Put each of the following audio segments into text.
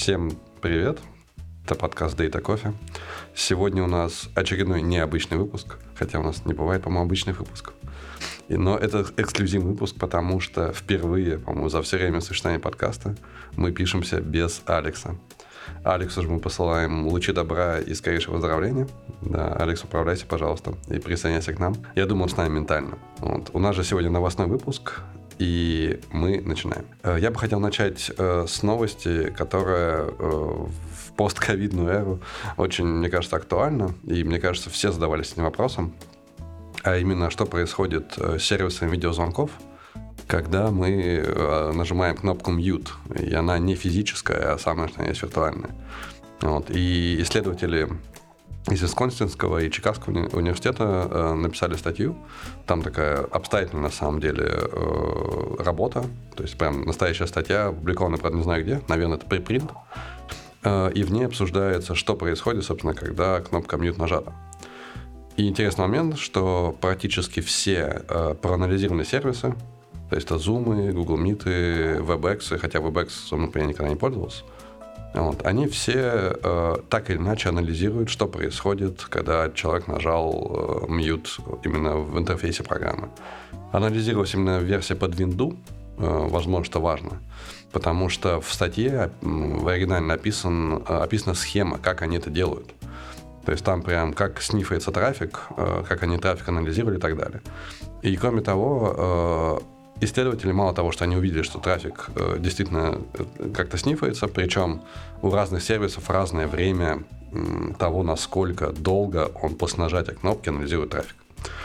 Всем привет, это подкаст Data Coffee. Сегодня у нас очередной необычный выпуск, хотя у нас не бывает, по-моему, обычных выпусков. Но это эксклюзивный выпуск, потому что впервые, по-моему, за все время существования подкаста мы пишемся без Алекса. Алексу же мы посылаем лучи добра и скорейшего выздоровления. Да, Алекс, управляйся, пожалуйста, и присоединяйся к нам. Я думаю, он с нами ментально. Вот. У нас же сегодня новостной выпуск, и мы начинаем. Я бы хотел начать с новости, которая в постковидную эру очень, мне кажется, актуальна, и, мне кажется, все задавались этим вопросом, а именно, что происходит с сервисами видеозвонков, когда мы нажимаем кнопку Mute, и она не физическая, а самое, что есть, виртуальная. Вот. И исследователи из Висконсинского и Чикагского университета написали статью. Там такая обстоятельная, на самом деле, работа. То есть прям настоящая статья, опубликована, правда, не знаю где. Наверное, это препринт. И в ней обсуждается, что происходит, собственно, когда кнопка Mute нажата. И интересный момент, что практически все проанализированные сервисы, то есть это Zoom, Google Meet, WebEx, хотя WebEx, например, никогда не пользовался, вот, они все так или иначе анализируют, что происходит, когда человек нажал Mute именно в интерфейсе программы. Анализировалась именно версия под винду, возможно, что важно, потому что в статье в оригинале описана схема, как они это делают. То есть там прям как снифается трафик, как они трафик анализировали и так далее. И кроме того, исследователи, мало того, что они увидели, что трафик действительно как-то снифается, причем у разных сервисов разное время того, насколько долго он после нажатия кнопки анализирует трафик.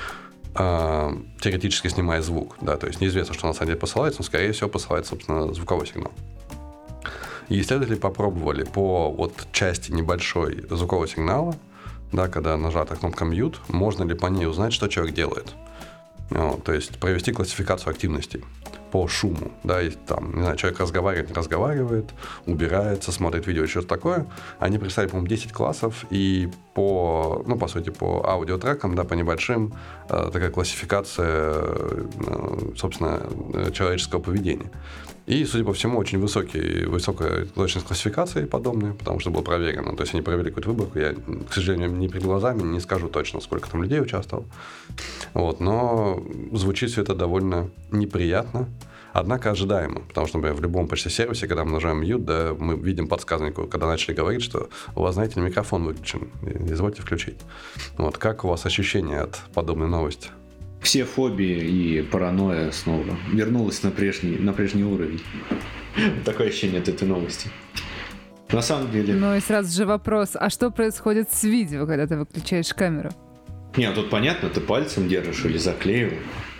Теоретически снимая звук, да, то есть неизвестно, что на самом деле посылается, но, скорее всего, посылается, собственно, звуковой сигнал. И исследователи попробовали по части небольшой звукового сигнала, да, когда нажата кнопка Mute, можно ли по ней узнать, что человек делает. То есть провести классификацию активностей по шуму. Да, и там, не знаю, человек разговаривает, не разговаривает, убирается, смотрит видео, что-то такое. Они представили, по-моему, 10 классов, и по сути, по аудиотрекам, да, по небольшим, такая классификация, собственно, человеческого поведения. И, судя по всему, очень высокая точность классификации подобные, потому что было проверено. То есть они провели какую-то выборку. Я, к сожалению, не перед глазами, не скажу точно, сколько там людей участвовало. Вот, но звучит все это довольно неприятно, однако ожидаемо. Потому что, например, в любом почти сервисе, когда мы нажимаем Mute, да, мы видим подсказнику, когда начали говорить, что у вас, знаете, микрофон выключен, извольте включить. Вот, как у вас ощущения от подобной новости? Все фобии и паранойя снова вернулась на прежний уровень. Такое ощущение от этой новости. На самом деле... Ну и сразу же вопрос, а что происходит с видео, когда ты выключаешь камеру? Не, тут понятно, ты пальцем держишь или заклеивал.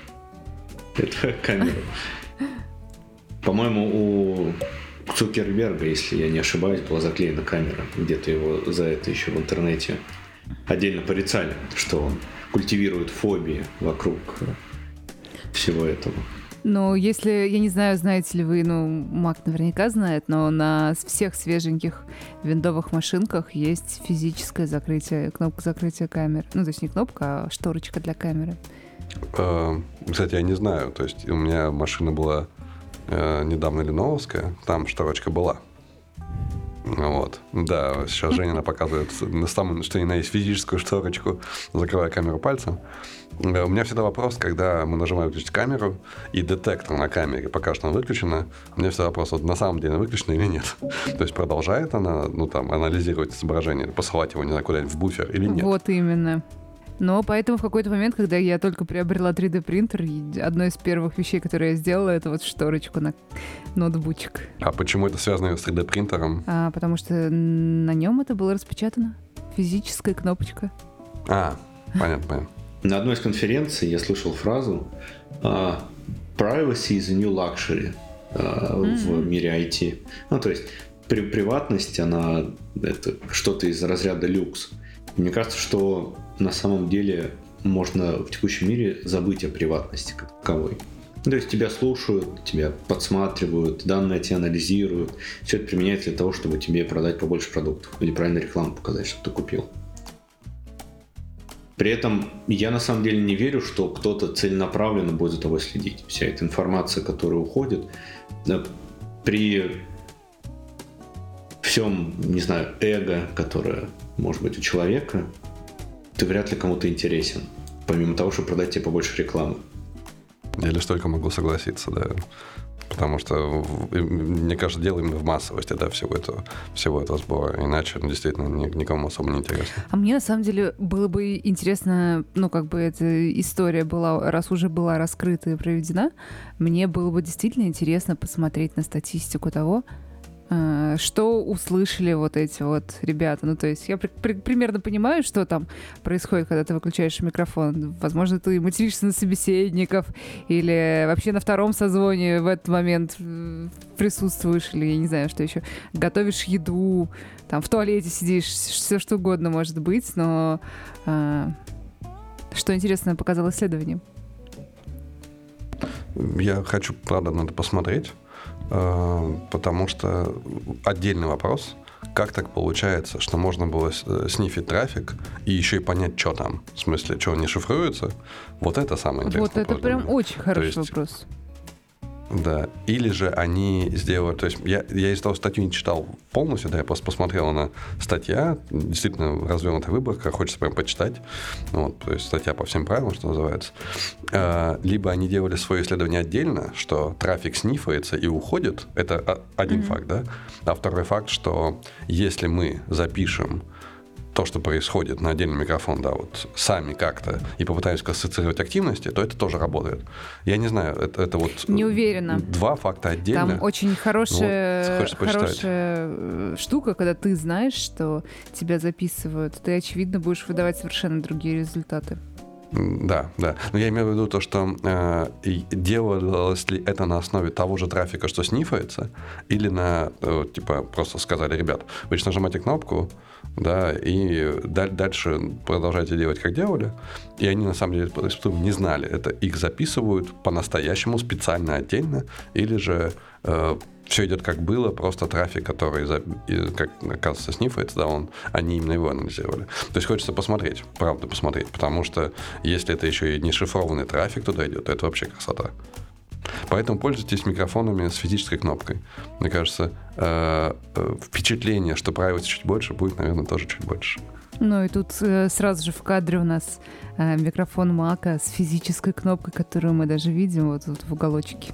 Это камеру. По-моему, у Цукерберга, если я не ошибаюсь, была заклеена камера. Где-то его за это еще в интернете отдельно порицали, что он культивирует фобии вокруг всего этого. Ну, если, я не знаю, знаете ли вы, Мак наверняка знает, но на всех свеженьких виндовых машинках есть физическое закрытие, кнопка закрытия камер. Ну, то есть не кнопка, а шторочка для камеры. Кстати, я не знаю. То есть у меня машина была недавно леновская, там шторочка была. Вот. Да, сейчас Женя показывает самую, что ни на есть, физическую шторочку, закрывая камеру пальцем. У меня всегда вопрос, когда мы нажимаем выключить камеру, и детектор на камере покажет, что она выключена, у меня всегда вопрос, на самом деле выключена или нет. То есть продолжает она, анализировать изображение, посылать его, не знаю, куда-нибудь в буфер или нет. Вот именно. Но поэтому в какой-то момент, когда я только приобрела 3D-принтер, одной из первых вещей, которые я сделала, это шторочку на ноутбучик. А почему это связано с 3D-принтером? Потому что на нем это было распечатано. Физическая кнопочка. Понятно. На одной из конференций я слышал фразу «Privacy is a new luxury» в мире IT. То есть приватность, она это что-то из разряда люкс. Мне кажется, что на самом деле можно в текущем мире забыть о приватности как таковой. То есть тебя слушают, тебя подсматривают, данные тебя анализируют. Все это применяется для того, чтобы тебе продать побольше продуктов или правильно рекламу показать, чтобы ты купил. При этом я на самом деле не верю, что кто-то целенаправленно будет за тобой следить. Вся эта информация, которая уходит, при всем, не знаю, эго, которое может быть у человека, ты вряд ли кому-то интересен, помимо того, чтобы продать тебе побольше рекламы. Я лишь только могу согласиться, да. Потому что, мне кажется, дело именно в массовости, да, всего этого сбора. Иначе, действительно, никому особо не интересно. А мне, на самом деле, было бы интересно, эта история была, раз уже была раскрыта и проведена, мне было бы действительно интересно посмотреть на статистику того, что услышали вот эти вот ребята. То есть я примерно понимаю, что там происходит, когда ты выключаешь микрофон. Возможно, ты материшься на собеседников или вообще на втором созвоне в этот момент присутствуешь, или я не знаю, что еще. Готовишь еду, там в туалете сидишь, все что угодно может быть, но что интересно показало исследование? Я хочу, правда, надо посмотреть. Потому что отдельный вопрос, как так получается, что можно было снифить трафик и еще и понять, что там, в смысле, что он не шифруется, вот это самое интересное. Вот это прям очень хороший вопрос. Да, или же они сделали, то есть я из того статью не читал полностью, да, я просто посмотрел на статья, действительно развернутая выборка, хочется прям почитать, вот, то есть статья по всем правилам, что называется. Либо они делали свое исследование отдельно, что трафик снифается и уходит, это один факт, да, а второй факт, что если мы запишем то, что происходит на отдельный микрофон, да, вот сами как-то, и попытаемся ассоциировать активности, то это тоже работает. Я не знаю, это вот... Не уверена. Два факта отдельно. Там очень хорошая штука, когда ты знаешь, что тебя записывают, ты, очевидно, будешь выдавать совершенно другие результаты. Да. Но я имею в виду то, что делалось ли это на основе того же трафика, что снифается, или на, типа, просто сказали, ребят, вы сейчас нажимаете кнопку, да, и дальше продолжайте делать, как делали, и они, на самом деле, не знали, это их записывают по-настоящему, специально, отдельно, или же все идет как было, просто трафик, который, как оказывается, снифается, да, они именно его анализировали. То есть хочется посмотреть, правда посмотреть, потому что если это еще и не шифрованный трафик туда идет, то это вообще красота. Поэтому пользуйтесь микрофонами с физической кнопкой. Мне кажется, впечатление, что privacy чуть больше, будет, наверное, тоже чуть больше. Ну и тут сразу же в кадре у нас микрофон Мака с физической кнопкой, которую мы даже видим вот тут в уголочке.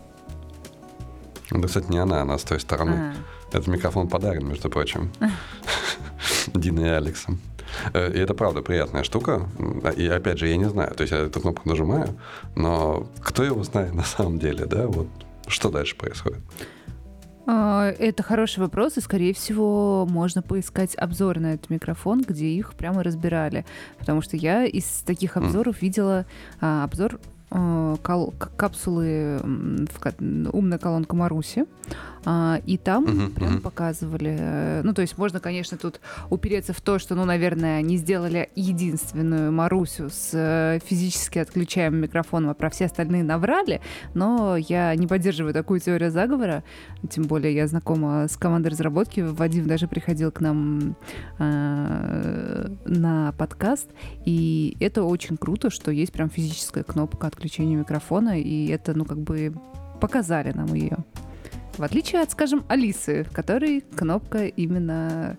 Да, кстати, не она с той стороны. Этот микрофон подарен, между прочим, Диной и Алексом. И это, правда, приятная штука. И, опять же, я не знаю. То есть я эту кнопку нажимаю, но кто его знает на самом деле, да? Вот что дальше происходит? Это хороший вопрос, и, скорее всего, можно поискать обзоры на этот микрофон, где их прямо разбирали. Потому что я из таких обзоров видела обзор капсулы «Умная колонка Маруси», и там прям показывали. Ну, то есть можно, конечно, тут упереться в то, что, наверное, они сделали единственную Марусю с физически отключаемым микрофоном, а про все остальные наврали, но я не поддерживаю такую теорию заговора, тем более я знакома с командой разработки, Вадим даже приходил к нам на подкаст, и это очень круто, что есть прям физическая кнопка отключения микрофона, и это, показали нам ее. В отличие от, скажем, Алисы, в которой кнопка именно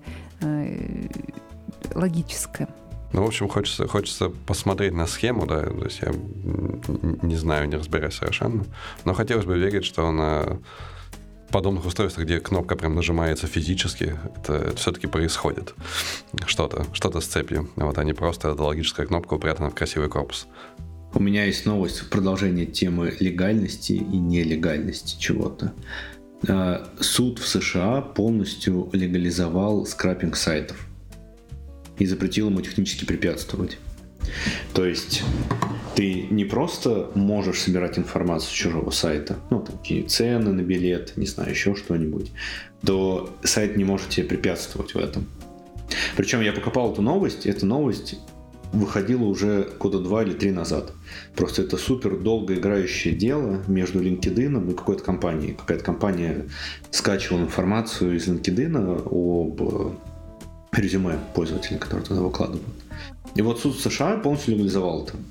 логическая. Ну, в общем, хочется посмотреть на схему, да, то есть я не знаю, не разбираюсь совершенно, но хотелось бы верить, что на подобных устройствах, где кнопка прям нажимается физически, это все-таки происходит что-то с цепью, вот, а не просто эта логическая кнопка упрятана в красивый корпус. У меня есть новость в продолжение темы легальности и нелегальности чего-то. Суд в США полностью легализовал скрапинг сайтов и запретил ему технически препятствовать. То есть ты не просто можешь собирать информацию с чужого сайта, такие цены на билет, не знаю, еще что-нибудь, то сайт не может тебе препятствовать в этом. Причем я покопал эту новость, эта новость выходило уже года 2 или 3 назад. Просто это супер долгоиграющее дело между LinkedIn и какой-то компанией. Какая-то компания скачивала информацию из LinkedIn об резюме пользователя, который туда выкладывают. И вот суд США полностью легализовал это.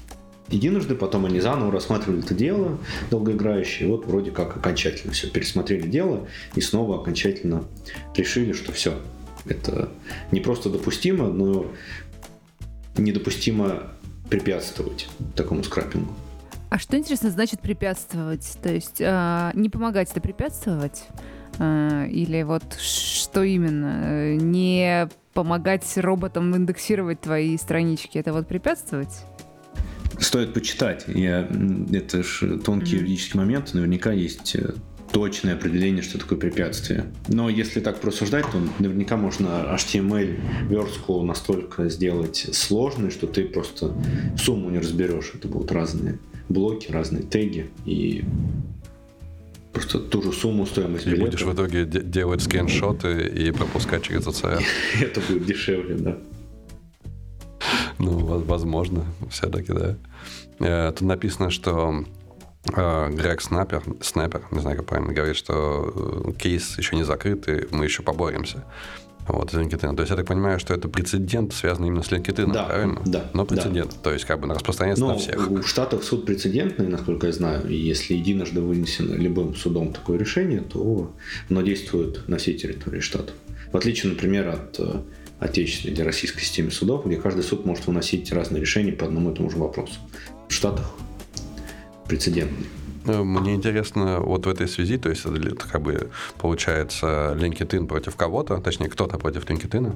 единожды, потом они заново рассматривали это дело долгоиграющее, и вот вроде как окончательно все пересмотрели дело и снова окончательно решили, что все, это не просто допустимо, но недопустимо препятствовать такому скрапингу. А что, интересно, значит препятствовать? То есть не помогать, это препятствовать? Или вот что именно? Не помогать роботам индексировать твои странички, это вот препятствовать? Стоит почитать. Это же тонкий юридический момент, наверняка есть точное определение, что такое препятствие. Но если так просуждать, то наверняка можно HTML-верстку настолько сделать сложной, что ты просто сумму не разберешь. Это будут разные блоки, разные теги, и просто ту же сумму, стоимость билета. И будешь в итоге делать скриншоты и пропускать через ACR. Это будет дешевле, да. Ну, возможно, все-таки, да. Тут написано, что Грег Снайпер, не знаю, как правильно говорить, что кейс еще не закрыт, и мы еще поборемся. Вот, с LinkedIn. То есть я так понимаю, что это прецедент, связанный именно с LinkedIn, да, правильно? Да. Но прецедент, да. То есть как бы распространяется на всех. В Штатах суд прецедентный, насколько я знаю, и если единожды вынесено любым судом такое решение, то оно действует на всей территории штатов. В отличие, например, от отечественной или российской системы судов, где каждый суд может выносить разные решения по одному и тому же вопросу. В Штатах прецедентный. Мне интересно вот в этой связи, то есть это как бы получается LinkedIn против кого-то, точнее кто-то против LinkedIn.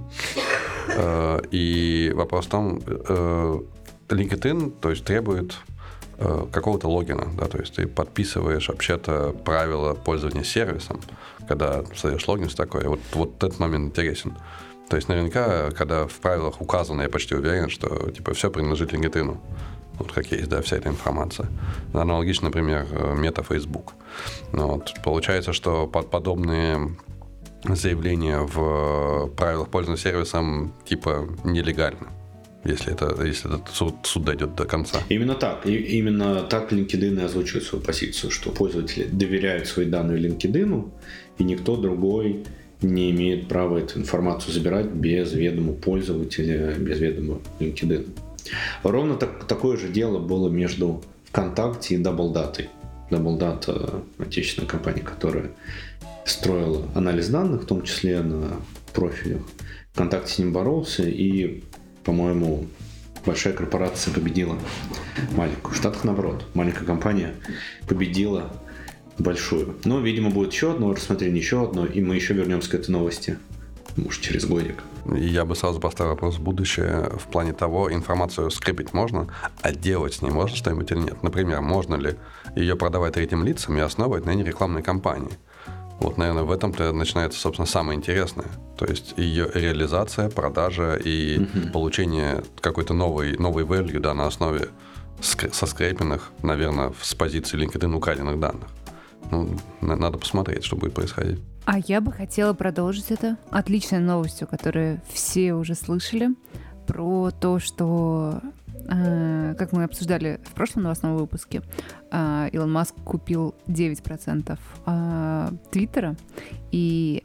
И вопрос в том, LinkedIn, то есть требует какого-то логина, да, то есть ты подписываешь вообще-то правила пользования сервисом, когда создаешь логин такой, вот этот момент интересен. То есть наверняка, когда в правилах указано, я почти уверен, что типа все принадлежит LinkedIn. Вот как есть, да, вся эта информация. Аналогично, например, мета Facebook. Вот. Получается, что подобные заявления в правилах пользования сервисом типа нелегальны, если этот суд дойдет до конца. Именно так LinkedIn и озвучивает свою позицию, что пользователи доверяют свои данные LinkedIn, и никто другой не имеет права эту информацию забирать без ведома пользователя, без ведома LinkedIn. Ровно такое же дело было между ВКонтакте и DoubleData. DoubleData – отечественная компания, которая строила анализ данных, в том числе на профилях. ВКонтакте с ним боролся, и, по-моему, большая корпорация победила маленькую. В Штатах наоборот. Маленькая компания победила большую. Но, видимо, будет еще одно рассмотрение, еще одно, и мы еще вернемся к этой новости. Может, через годик. Я бы сразу поставил вопрос в будущее в плане того, информацию скрепить можно, а делать с ней можно что-нибудь или нет. Например, можно ли ее продавать третьим лицам и основывать на ней рекламной кампании. Вот, наверное, в этом-то начинается, собственно, самое интересное. То есть ее реализация, продажа и получение какой-то новой value, да, на основе соскрепленных, наверное, с позиции LinkedIn украденных данных. Ну, надо посмотреть, что будет происходить. А я бы хотела продолжить это отличной новостью, которую все уже слышали, про то, что, как мы обсуждали в прошлом новостном выпуске, Илон Маск купил 9% Твиттера, и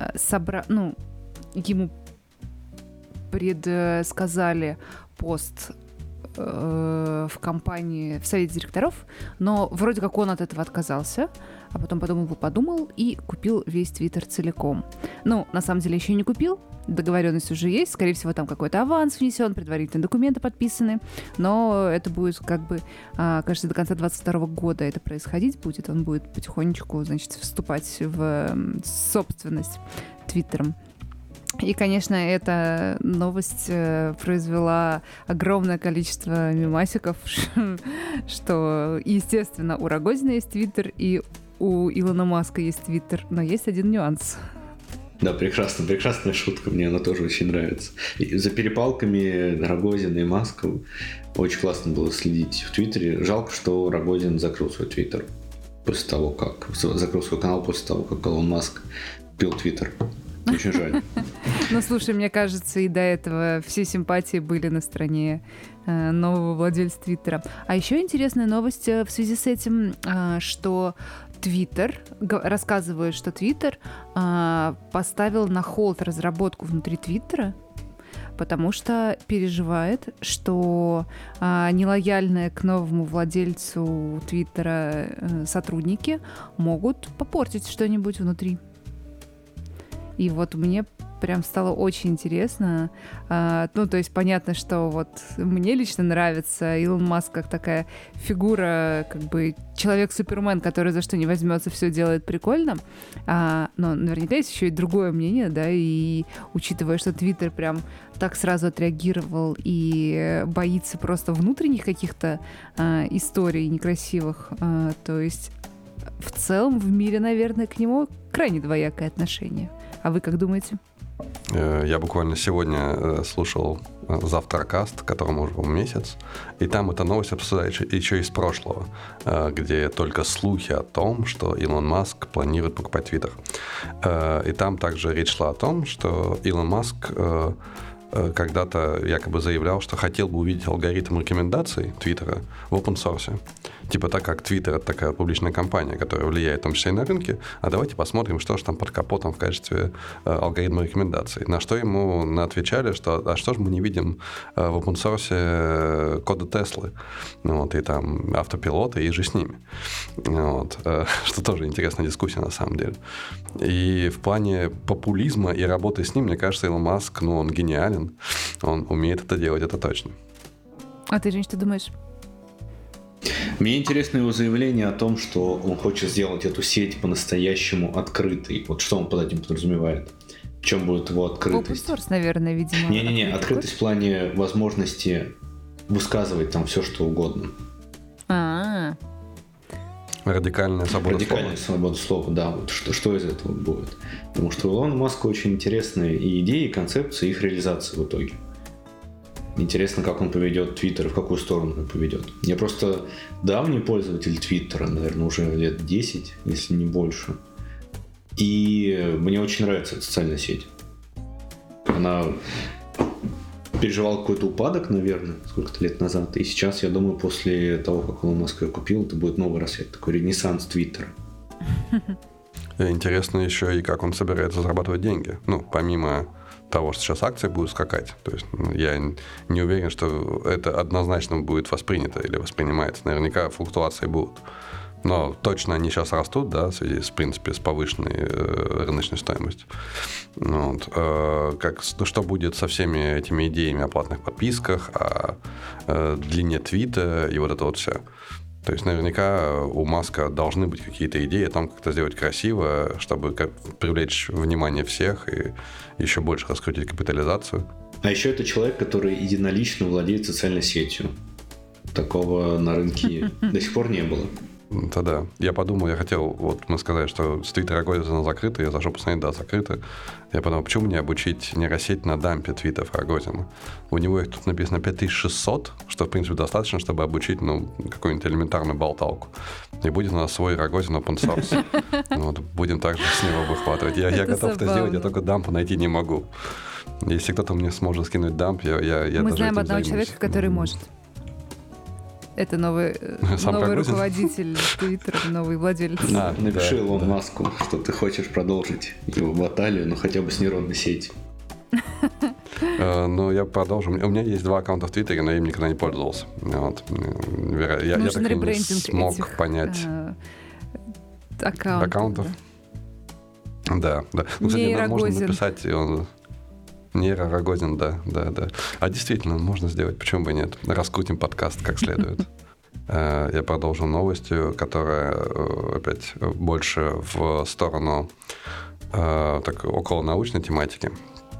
ему предсказали пост в компании, в совете директоров, но вроде как он от этого отказался, а потом подумал и купил весь Твиттер целиком. Ну, на самом деле еще не купил, договоренность уже есть, скорее всего, там какой-то аванс внесен, предварительные документы подписаны, но это будет как бы, кажется, до конца 2022 года это происходить будет, он будет потихонечку, значит, вступать в собственность Твиттером. И, конечно, эта новость произвела огромное количество мемасиков, что, естественно, у Рогозина есть Твиттер, и у Илона Маска есть Твиттер, но есть один нюанс. Да, прекрасная шутка, мне она тоже очень нравится. И за перепалками Рогозина и Маска очень классно было следить в Твиттере. Жалко, что Рогозин закрыл свой Твиттер после того, как... Закрыл свой канал после того, как Илон Маск купил Твиттер. Очень жаль. Ну, слушай, мне кажется, и до этого все симпатии были на стороне нового владельца Твиттера. А еще интересная новость в связи с этим, что Твиттер, рассказывают, что Твиттер поставил на холд разработку внутри Твиттера, потому что переживает, что нелояльные к новому владельцу Твиттера сотрудники могут попортить что-нибудь внутри. И вот мне прям стало очень интересно. Ну, то есть понятно, что вот мне лично нравится Илон Маск как такая фигура, как бы человек-супермен, который за что не возьмется, все делает прикольно. Но наверняка есть еще и другое мнение, да, и учитывая, что Твиттер прям так сразу отреагировал и боится просто внутренних каких-то историй некрасивых, то есть в целом в мире, наверное, к нему крайне двоякое отношение. А вы как думаете? Я буквально сегодня слушал Завтракаст, которому уже был месяц, и там эта новость обсуждает еще из прошлого, где только слухи о том, что Илон Маск планирует покупать Твиттер. И там также речь шла о том, что Илон Маск когда-то якобы заявлял, что хотел бы увидеть алгоритм рекомендаций Твиттера в open source. Типа так как Твиттер — это такая публичная компания, которая влияет в том числе и на рынке, а давайте посмотрим, что же там под капотом в качестве алгоритма рекомендаций. На что ему отвечали, что а что же мы не видим в open source кода Теслы, вот, и там автопилоты, и же с ними. Вот, что тоже интересная дискуссия на самом деле. И в плане популизма и работы с ним, мне кажется, Илон Маск, ну, он гениален, он умеет это делать, это точно. А ты, Жень, что думаешь? Мне интересно его заявление о том, что он хочет сделать эту сеть по-настоящему открытой. Вот что он под этим подразумевает? В чем будет его открытость? Open source, наверное, видимо. Не-не-не, открытость в плане возможности высказывать там все, что угодно. Радикальная свобода слова. Радикальная свобода слова, да. Вот что из этого будет? Потому что у Илона Маска очень интересные и идеи, и концепции, и их реализация в итоге. Интересно, как он поведет Твиттер, в какую сторону он поведет. Я просто давний пользователь Твиттера, наверное, уже лет 10, если не больше. И мне очень нравится эта социальная сеть. Она переживала какой-то упадок, наверное, сколько-то лет назад. И сейчас, я думаю, после того, как Илон Маск ее купил, это будет новый рассвет, такой ренессанс Твиттера. Интересно еще и как он собирается зарабатывать деньги. Ну, помимо того, что сейчас акции будут скакать. То есть я не уверен, что это однозначно будет воспринято или воспринимается. Наверняка флуктуации будут. Но точно они сейчас растут, да, в связи с, в принципе, с повышенной рыночной стоимостью. Вот. Что будет со всеми этими идеями о платных подписках, о длине твита и вот это вот все. То есть наверняка у Маска должны быть какие-то идеи о том, как это сделать красиво, чтобы привлечь внимание всех и еще больше раскрутить капитализацию. А еще это человек, который единолично владеет социальной сетью. Такого на рынке до сих пор не было. Да. Я подумал, я хотел, вот мы сказали, что с Твиттера Рогозина закрыто, я зашел посмотреть, да, закрыто. Я подумал, почему мне обучить нейросеть на дампе твитов Рогозина? У него их тут написано 5600, что, в принципе, достаточно, чтобы обучить, какую-нибудь элементарную болталку. И будет у нас свой Рогозин open source. Вот, будем также с него выхватывать. Я готов это сделать, я только дампу найти не могу. Если кто-то мне сможет скинуть дамп, я Мы знаем одного человека, который может. Это новый руководитель Твиттера, новый владелец. Напиши Илону Маску, что ты хочешь продолжить его баталию, но хотя бы с нейронной сетью. Ну, я продолжу. У меня есть 2 аккаунта в Твиттере, но я им никогда не пользовался. Вот. Я так и не смог понять аккаунтов. Да. Ну, кстати, можно написать... Нейро Рогозин, да. А действительно, можно сделать, почему бы нет? Раскрутим подкаст как следует. Я продолжу новостью, которая опять больше в сторону около научной тематики.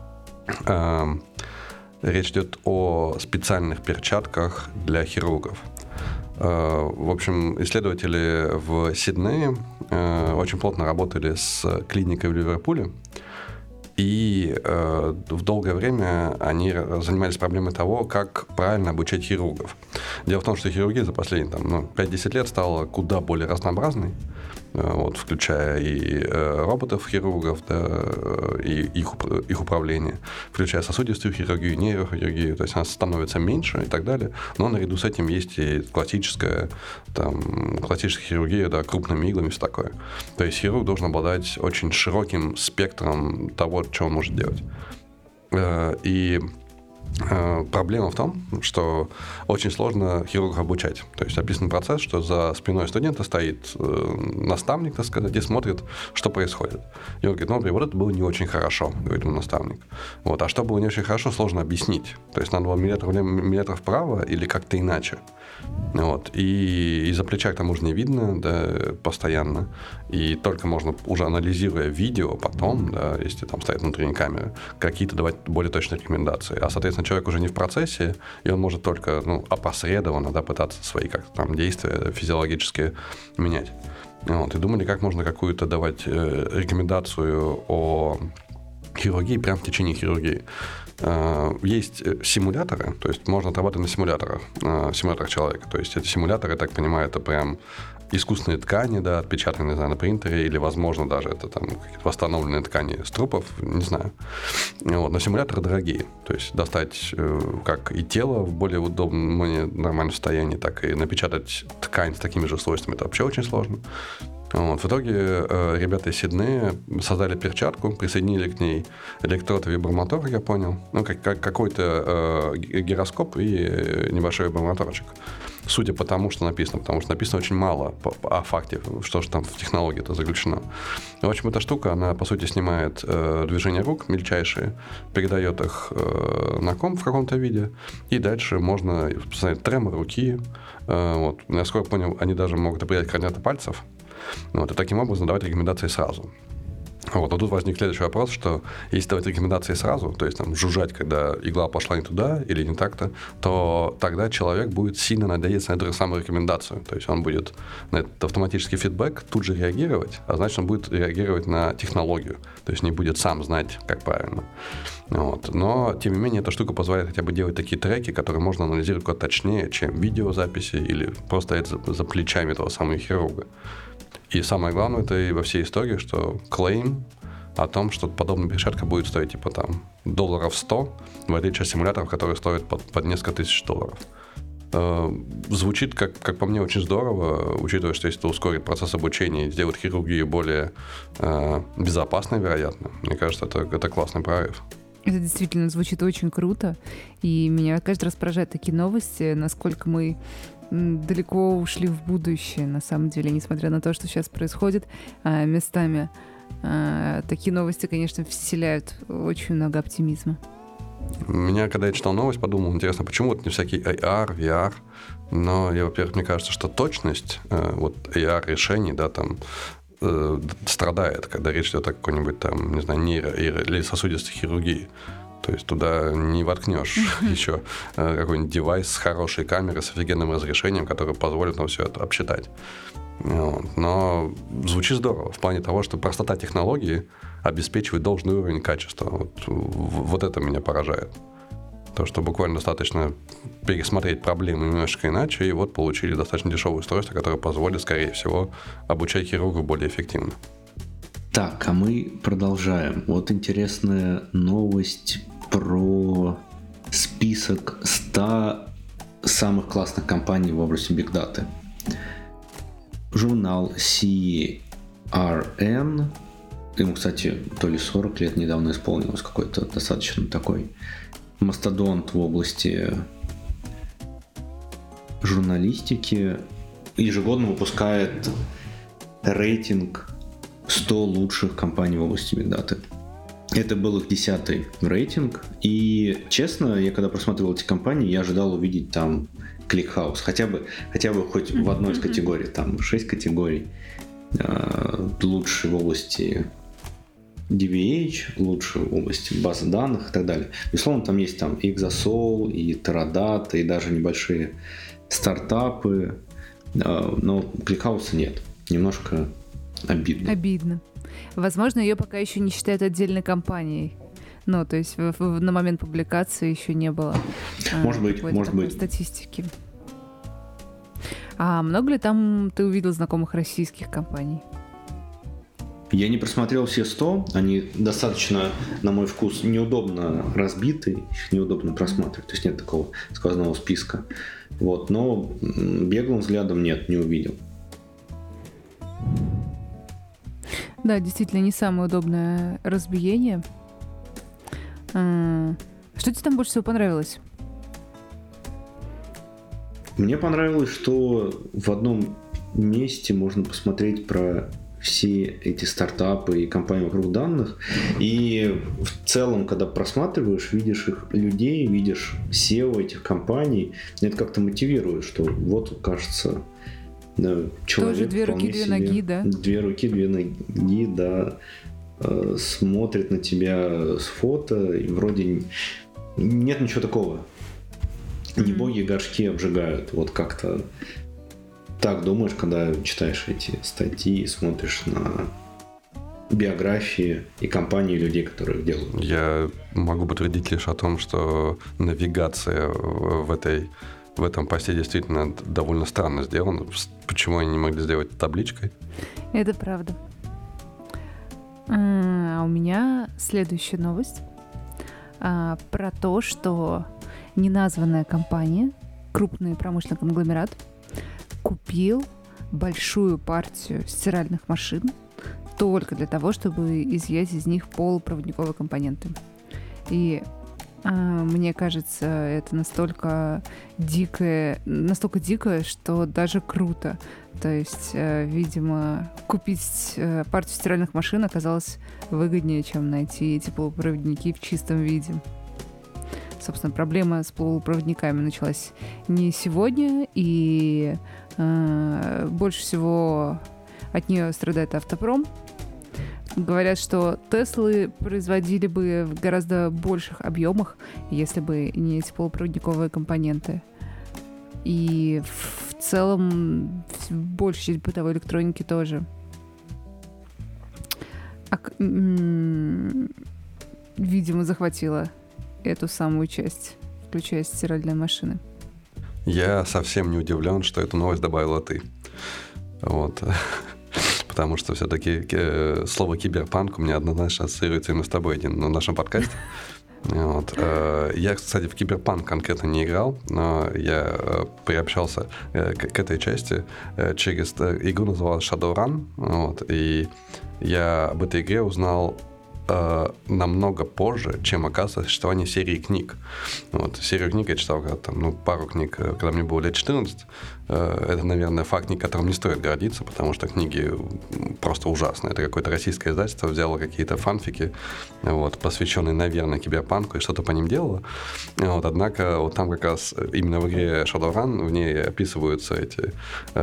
Речь идет о специальных перчатках для хирургов. В общем, исследователи в Сиднее очень плотно работали с клиникой в Ливерпуле. И в долгое время они занимались проблемой того, как правильно обучать хирургов. Дело в том, что хирургия за последние 5-10 лет стала куда более разнообразной, вот, включая и роботов-хирургов, да, и их управление, включая сосудистую хирургию, нейрохирургию. То есть она становится меньше и так далее. Но наряду с этим есть и классическая хирургия, да, крупными иглами, все такое. То есть хирург должен обладать очень широким спектром того, что он может делать. И Проблема в том, что очень сложно хирурга обучать. То есть описан процесс, что за спиной студента стоит наставник, так сказать, и смотрит, что происходит. И он говорит, например, вот это было не очень хорошо, говорит ему наставник. Вот. А что было не очень хорошо, сложно объяснить. То есть надо было миллиметр вправо или как-то иначе. Вот. И из-за плеча к тому же не видно, да, постоянно. И только можно, уже анализируя видео потом, да, если там стоят внутренние камеры, какие-то давать более точные рекомендации. А, соответственно, человек уже не в процессе, и он может только опосредованно, да, пытаться свои как-то там действия физиологические менять. Вот. И думали, как можно какую-то давать рекомендацию о хирургии прямо в течение хирургии. Есть симуляторы, то есть можно отрабатывать на симуляторах человека. То есть эти симуляторы, я так понимаю, это прям искусственные ткани, да, отпечатанные, не знаю, на принтере, или, возможно, даже это там какие-то восстановленные ткани с трупов, не знаю. Вот. Но симуляторы дорогие. То есть достать как и тело в более удобном, нормальном состоянии, так и напечатать ткань с такими же свойствами, это вообще очень сложно. Вот. В итоге ребята из Сиднея создали перчатку, присоединили к ней электрод и вибромотор, я понял, какой-то гироскоп и небольшой вибромоторчик. Судя по тому, что написано, потому что написано очень мало о факте, что же там в технологии это заключено. В общем, эта штука, она, по сути, снимает движения рук мельчайшие, передает их на комп в каком-то виде, и дальше можно посмотреть тремор руки. Вот. Насколько я понял, они даже могут определять координаты пальцев. Вот, и таким образом давать рекомендации сразу. Вот, но тут возник следующий вопрос, что если давать рекомендации сразу, то есть там жужжать, когда игла пошла не туда или не так-то, то тогда человек будет сильно надеяться на эту самую рекомендацию. То есть он будет на этот автоматический фидбэк тут же реагировать, а значит, он будет реагировать на технологию. То есть не будет сам знать, как правильно. Вот. Но, тем не менее, эта штука позволяет хотя бы делать такие треки, которые можно анализировать куда точнее, чем видеозаписи или просто это за плечами этого самого хирурга. И самое главное, это и во всей истории, что клейм о том, что подобная перчатка будет стоить типа там $100, в отличие от симуляторов, которые стоят под несколько тысяч долларов. Звучит, как по мне, очень здорово, учитывая, что если это ускорит процесс обучения и сделает хирургию более безопасной, вероятно. Мне кажется, это классный прорыв. Это действительно звучит очень круто, и меня каждый раз поражают такие новости, насколько мы далеко ушли в будущее, на самом деле, несмотря на то, что сейчас происходит местами. Такие новости, конечно, вселяют очень много оптимизма. Меня, когда я читал новость, подумал, интересно, почему вот не всякий AR, VR, но, во-первых, мне кажется, что точность вот AR-решений, да, там, страдает, когда речь идет о какой-нибудь там, не знаю, нейро- или сосудистой хирургии. То есть туда не воткнешь еще какой-нибудь девайс с хорошей камерой, с офигенным разрешением, который позволит нам все это обсчитать. Вот. Но звучит здорово в плане того, что простота технологии обеспечивает должный уровень качества. Вот это меня поражает. То, что буквально достаточно пересмотреть проблемы немножко иначе, и вот получили достаточно дешевое устройство, которое позволит, скорее всего, обучать хирургу более эффективно. Так, а мы продолжаем. Вот интересная новость про список 100 самых классных компаний в области Big Data. Журнал CRN, ему, кстати, то ли 40 лет недавно исполнилось, какой-то достаточно такой мастодонт в области журналистики, ежегодно выпускает рейтинг 100 лучших компаний в области Big Data. Это был их 10-й рейтинг. И, честно, я когда просматривал эти компании, я ожидал увидеть там ClickHouse. Хотя бы хоть в одной из категорий. Там 6 категорий. Лучше в области DVH, лучше в области базы данных и так далее. Безусловно, там есть там и Exasol, и Teradata, и даже небольшие стартапы. Но ClickHouse нет. Немножко обидно. Возможно, ее пока еще не считают отдельной компанией. Ну, то есть на момент публикации еще не было может быть. статистики. А много ли там ты увидел знакомых российских компаний? Я не просмотрел все 100. Они достаточно, на мой вкус, неудобно разбиты. Их неудобно просматривать. То есть нет такого сквозного списка. Вот. Но беглым взглядом не увидел. Да, действительно, не самое удобное разбиение. Что тебе там больше всего понравилось? Мне понравилось, что в одном месте можно посмотреть про все эти стартапы и компании вокруг данных. И в целом, когда просматриваешь, видишь их людей, видишь SEO этих компаний, это как-то мотивирует, что вот, кажется, да, человек тоже две руки, две ноги, да? Две руки, две ноги, да. Смотрит на тебя с фото, и вроде нет ничего такого. Не боги горшки обжигают. Вот как-то так думаешь, когда читаешь эти статьи и смотришь на биографии и компании людей, которые их делают. Я могу подтвердить лишь о том, что навигация в этом посте действительно довольно странно сделана. Почему они не могли сделать это табличкой? Это правда. А у меня следующая новость про то, что неназванная компания, крупный промышленный конгломерат, купил большую партию стиральных машин только для того, чтобы изъять из них полупроводниковые компоненты. И мне кажется, это настолько дикое, что даже круто. То есть, видимо, купить партию стиральных машин оказалось выгоднее, чем найти эти полупроводники в чистом виде. Собственно, проблема с полупроводниками началась не сегодня, и больше всего от нее страдает автопром. Говорят, что Теслы производили бы в гораздо больших объемах, если бы не эти полупроводниковые компоненты. И в целом большая часть бытовой электроники тоже. Видимо, захватила эту самую часть, включая стиральные машины. Я совсем не удивлен, что эту новость добавила ты. Вот. Потому что все-таки слово «киберпанк» у меня однозначно ассоциируется именно с тобой на нашем подкасте. Вот. Я, кстати, в киберпанк конкретно не играл, но я приобщался к этой части через игру, называлась Shadowrun. Вот. И я об этой игре узнал намного позже, чем оказывается существование серии книг. Вот. Серию книг я читал пару книг, когда мне было лет 14. Это, наверное, факт, которым не стоит гордиться, потому что книги просто ужасные. Это какое-то российское издательство взяло какие-то фанфики, вот, посвященные, наверное, киберпанку, и что-то по ним делало. Вот, однако вот там как раз именно в игре Shadowrun в ней описываются эти,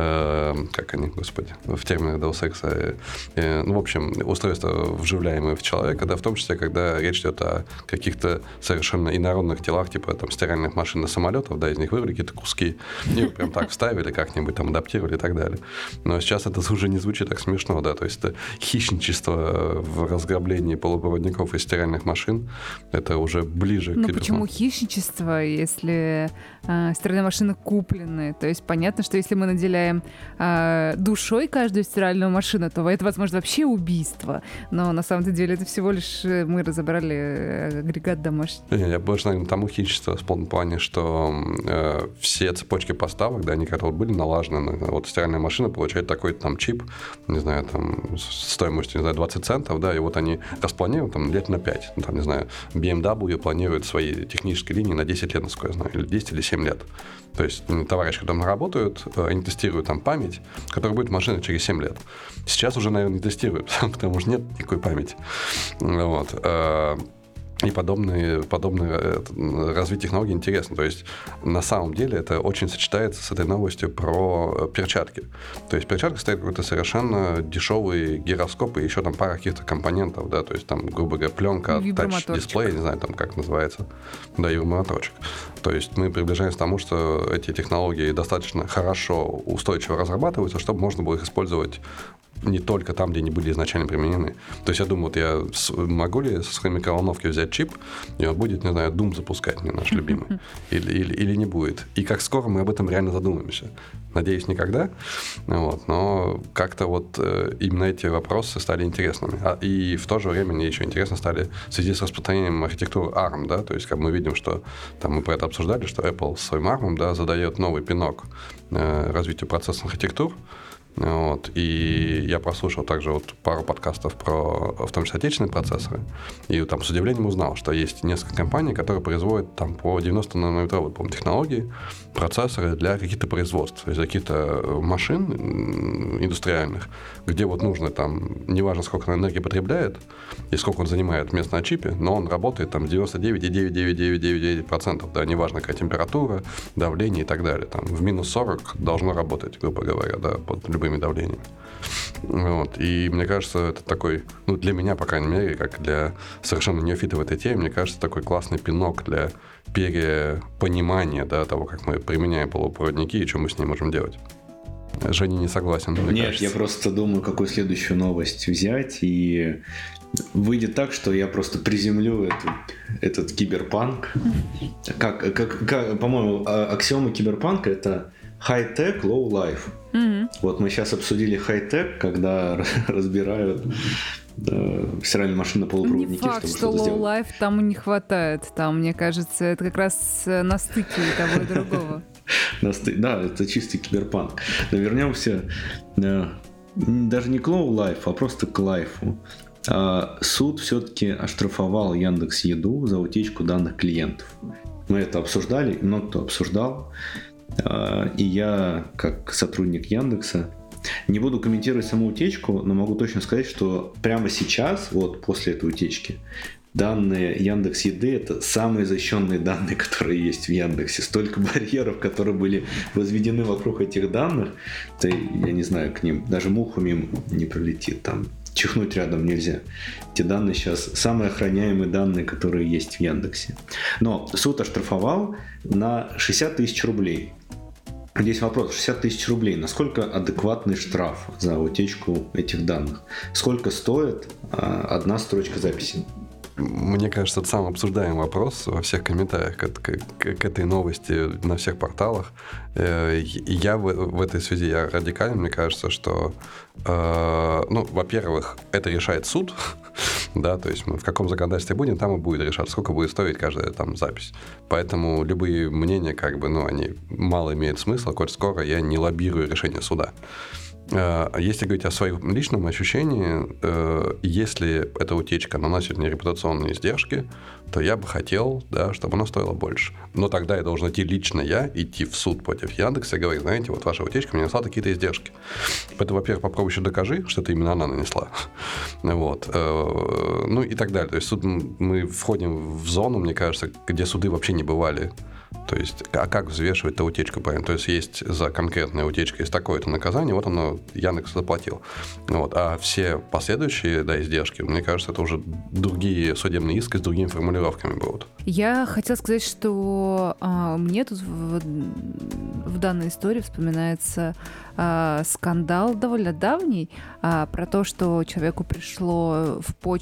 как они, господи, в терминах Deus Ex, в общем, устройства, вживляемые в человека, да, в том числе, когда речь идет о каких-то совершенно инородных телах, типа там стиральных машин и самолетов, да, из них выбрали какие-то куски, и прям так вставили, как-нибудь там адаптировали и так далее. Но сейчас это уже не звучит так смешно, да, то есть это хищничество в разграблении полупроводников и стиральных машин, это уже ближе к киберпанку. Ну почему хищничество, если стиральные машины куплены? То есть понятно, что если мы наделяем душой каждую стиральную машину, то это, возможно, вообще убийство. Но на самом деле это всего лишь мы разобрали агрегат домашний. Я больше, наверное, тому хищничество в полном плане, что все цепочки поставок, да, они как-то вот были налажены. Вот стиральная машина получает такой-то там чип, не знаю, там стоимостью, не знаю, 20 центов, да, и вот они распланируют там лет на 5. Там, не знаю, BMW планирует свои технические линии на 10 лет, насколько я знаю, или 10 или 7 лет. То есть товарищи, которые работают, они тестируют там память, которая будет машина через 7 лет. Сейчас уже, наверное, не тестируют, потому что нет никакой памяти. Вот. И подобное развитие технологий интересно. То есть, на самом деле, это очень сочетается с этой новостью про перчатки. То есть, в перчатках стоит какой-то совершенно дешевый гироскоп и еще там пара каких-то компонентов, да, то есть, там, грубо говоря, пленка, тач-дисплей, не знаю, там, как называется, да, и вибромоторчик. То есть, мы приближаемся к тому, что эти технологии достаточно хорошо, устойчиво разрабатываются, чтобы можно было их использовать не только там, где они были изначально применены. То есть я думаю, вот я могу ли со своей микроволновки взять чип, и он будет, не знаю, Doom запускать, мне наш любимый, или не будет. И как скоро мы об этом реально задумаемся. Надеюсь, никогда. Вот. Но как-то вот именно эти вопросы стали интересными. И в то же время мне еще интересно стали в связи с распространением архитектуры ARM, да, то есть как мы видим, что там мы про это обсуждали, что Apple своим ARM, да, задает новый пинок развитию процессных архитектур. Вот. И я прослушал также вот пару подкастов про, в том числе, отечественные процессоры. И там с удивлением узнал, что есть несколько компаний, которые производят там по 90-нанометровой, по-моему, технологии процессоры для каких-то производств, то есть каких-то машин индустриальных, где вот нужно там, неважно, сколько он энергии потребляет и сколько он занимает место на чипе, но он работает там 99,99999%, да, неважно, какая температура, давление и так далее. Там в минус 40 должно работать, грубо говоря, да, под любыми давлениями. Вот. И мне кажется, это такой, ну, для меня, по крайней мере, как для совершенно неофита в этой теме, мне кажется, такой классный пинок для перепонимания, да, того, как мы применяем полупроводники и что мы с ними можем делать. Женя не согласен. Нет, кажется. я просто думаю, какую следующую новость взять, и выйдет так, что я просто приземлю этот киберпанк. По-моему, аксиома киберпанка — это high-tech, low-life. Mm-hmm. Вот мы сейчас обсудили high-tech, когда разбирают стиральные машины на полупроводники. Не факт, чтобы что что-то low life там не хватает. Там, мне кажется, это как раз на стыке и того, и другого. Да, это чистый киберпанк. Но вернемся даже не к low life, а просто к лайфу. Суд все-таки оштрафовал Яндекс.Еду за утечку данных клиентов. Мы это обсуждали, много кто обсуждал. И я, как сотрудник Яндекса, не буду комментировать саму утечку, но могу точно сказать, что прямо сейчас, вот после этой утечки, данные Яндекс.Еды — это самые защищенные данные, которые есть в Яндексе. Столько барьеров, которые были возведены вокруг этих данных, то я не знаю, к ним даже муха мимо не пролетит, там чихнуть рядом нельзя. Эти данные сейчас самые охраняемые данные, которые есть в Яндексе. Но суд оштрафовал на 60 тысяч рублей. Здесь вопрос: 60 тысяч рублей. Насколько адекватный штраф за утечку этих данных? Сколько стоит одна строчка записи? Мне кажется, это самый обсуждаемый вопрос во всех комментариях к этой новости на всех порталах. Я в этой связи я радикален. Мне кажется, что, во-первых, это решает суд, да, то есть мы в каком законодательстве будем, там и будет решать, сколько будет стоить каждая там запись. Поэтому любые мнения, они мало имеют смысла, коль скоро я не лоббирую решение суда. Если говорить о своем личном ощущении, если эта утечка наносит мне репутационные издержки, то я бы хотел, да, чтобы она стоила больше. Но тогда я должен идти в суд против Яндекса и говорить: знаете, вот ваша утечка мне нанесла такие-то издержки. Поэтому, во-первых, попробуй еще докажи, что это именно она нанесла. Вот. Ну и так далее. То есть мы входим в зону, мне кажется, где суды вообще не бывали. То есть, как взвешивать эту утечку, правильно? То есть за конкретная утечка есть такое-то наказание, вот оно Яндекс заплатил. Вот. А все последующие, издержки, мне кажется, это уже другие судебные иски с другими формулировками будут. Я хотела сказать, что мне тут в данной истории вспоминается скандал довольно давний про то, что человеку пришел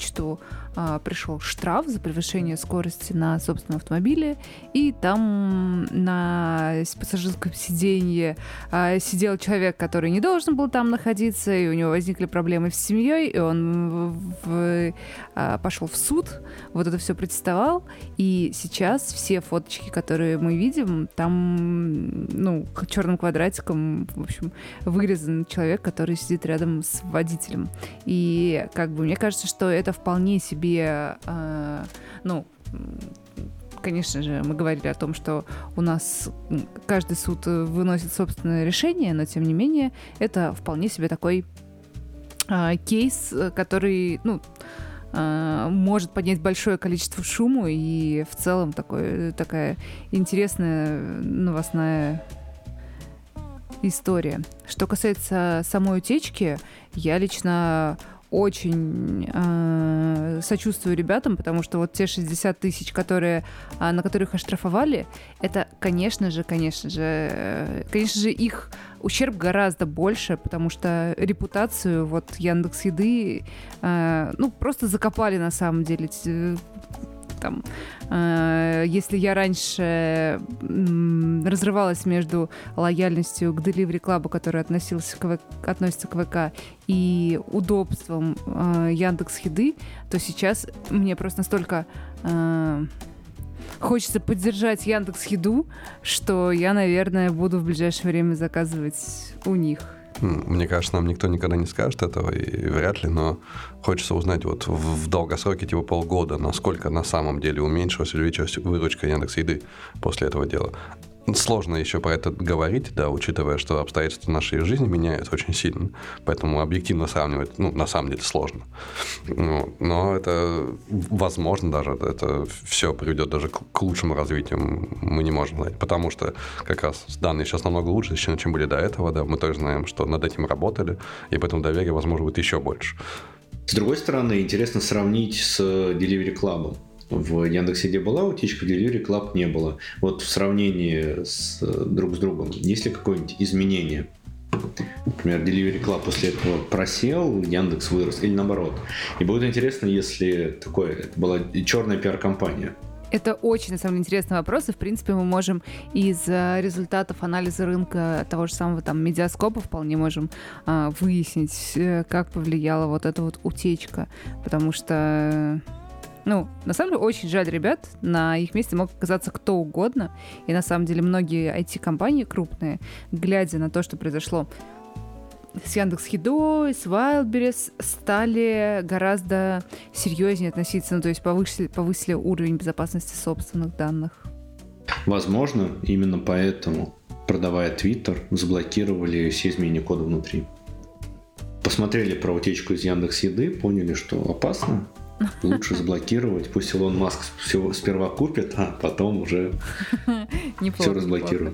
штраф за превышение скорости на собственном автомобиле, и там на пассажирском сиденье сидел человек, который не должен был там находиться, и у него возникли проблемы с семьей, и он пошел в суд, вот это все протестовал, и сейчас все фоточки, которые мы видим, там, черным квадратиком, в общем, вырезан человек, который сидит рядом с водителем. И мне кажется, что это вполне себе, конечно же, мы говорили о том, что у нас каждый суд выносит собственное решение, но тем не менее это вполне себе такой кейс, который, может поднять большое количество шума, и в целом такая интересная новостная история. Что касается самой утечки, я лично очень сочувствую ребятам, потому что вот те 60 тысяч, на которых оштрафовали, это, конечно же, их ущерб гораздо больше, потому что репутацию Яндекс.Еды просто закопали на самом деле. Там, если я раньше разрывалась между лояльностью к Delivery Club, который относится к ВК, и удобством Яндекс.Еды, то сейчас мне просто настолько хочется поддержать Яндекс.Еду, что я, наверное, буду в ближайшее время заказывать у них. Мне кажется, нам никто никогда не скажет этого, и вряд ли, но хочется узнать вот в долгосроке, типа полгода, насколько на самом деле уменьшилась, увеличилась выручка Яндекс.Еды после этого дела. Сложно еще про это говорить, да, учитывая, что обстоятельства нашей жизни меняются очень сильно, поэтому объективно сравнивать, на самом деле сложно. Но это возможно даже, это все приведет даже к лучшему развитию, мы не можем знать, потому что как раз данные сейчас намного лучше, чем были до этого, да, мы тоже знаем, что над этим работали, и поэтому доверие, возможно, будет еще больше. С другой стороны, интересно сравнить с Delivery Club. В Яндекс.Еде была утечка, в Delivery Club не было. Вот в сравнении друг с другом, есть ли какое-нибудь изменение? Например, Delivery Club после этого просел, Яндекс вырос, или наоборот. И будет интересно, если это была черная пиар-компания. Это очень, на самом деле, интересный вопрос, и, в принципе, мы можем из результатов анализа рынка того же самого там медиаскопа вполне можем выяснить, как повлияла вот эта вот утечка, потому что... на самом деле, очень жаль ребят. На их месте мог оказаться кто угодно. И на самом деле многие IT-компании крупные, глядя на то, что произошло с Яндекс.Едой, с Wildberries, стали гораздо серьезнее относиться, то есть повысили уровень безопасности собственных данных. Возможно, именно поэтому, продавая Twitter, заблокировали все изменения кода внутри. Посмотрели про утечку из Яндекс.Еды, поняли, что опасно. Лучше заблокировать. Пусть Илон Маск все сперва купит, а потом уже все разблокирует.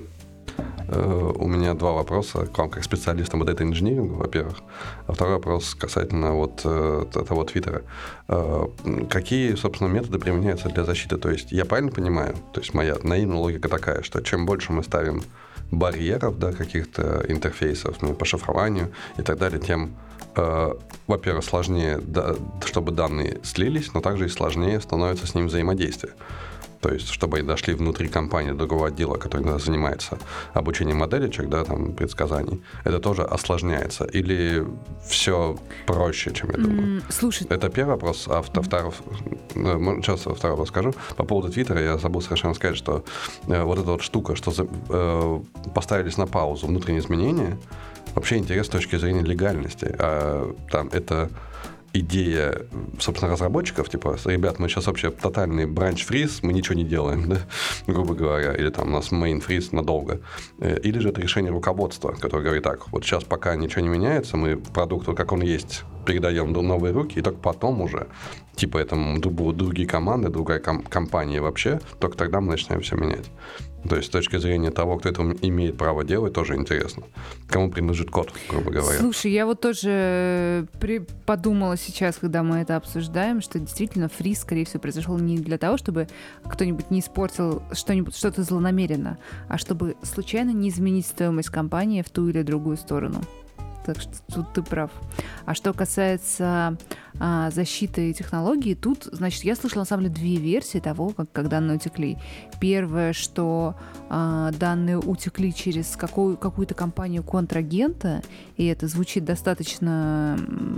У меня два вопроса к вам, как специалистам по дата-инжинирингу, во-первых. А второй вопрос касательно вот этого Твиттера. Какие, собственно, методы применяются для защиты? То есть я правильно понимаю, то есть моя наивная логика такая, что чем больше мы ставим барьеров, да, каких-то интерфейсов по шифрованию и так далее, тем, во-первых, сложнее, да, чтобы данные слились, но также и сложнее становится с ним взаимодействие. То есть, чтобы они дошли внутри компании другого отдела, который занимается обучением моделечек, да, там, предсказаний, это тоже осложняется? Или все проще, чем я думаю? Слушай. Это первый вопрос. А сейчас второй вопрос скажу. По поводу Твиттера я забыл совершенно сказать, что вот эта вот штука, что поставились на паузу внутренние изменения, вообще интересно с точки зрения легальности. Там это идея, собственно, разработчиков, типа, ребят, мы сейчас вообще тотальный бранч-фриз, мы ничего не делаем, да, грубо говоря, или там у нас мейн-фриз надолго. Или же это решение руководства, которое говорит так, вот сейчас пока ничего не меняется, мы продукту, как он есть, передаем в новые руки, и только потом уже, типа, это будут другие команды, другая компания вообще, только тогда мы начинаем все менять. То есть с точки зрения того, кто это имеет право делать, тоже интересно. Кому принадлежит код, грубо говоря. Слушай, я вот тоже подумала сейчас, когда мы это обсуждаем, что действительно фриз, скорее всего, произошел не для того, чтобы кто-нибудь не испортил что-то злонамеренно, а чтобы случайно не изменить стоимость компании в ту или другую сторону. Так что тут ты прав. А что касается защиты технологий, тут, значит, я слышала, на самом деле, две версии того, как данные утекли. Первое, что данные утекли через какую-то компанию-контрагента, и это звучит достаточно,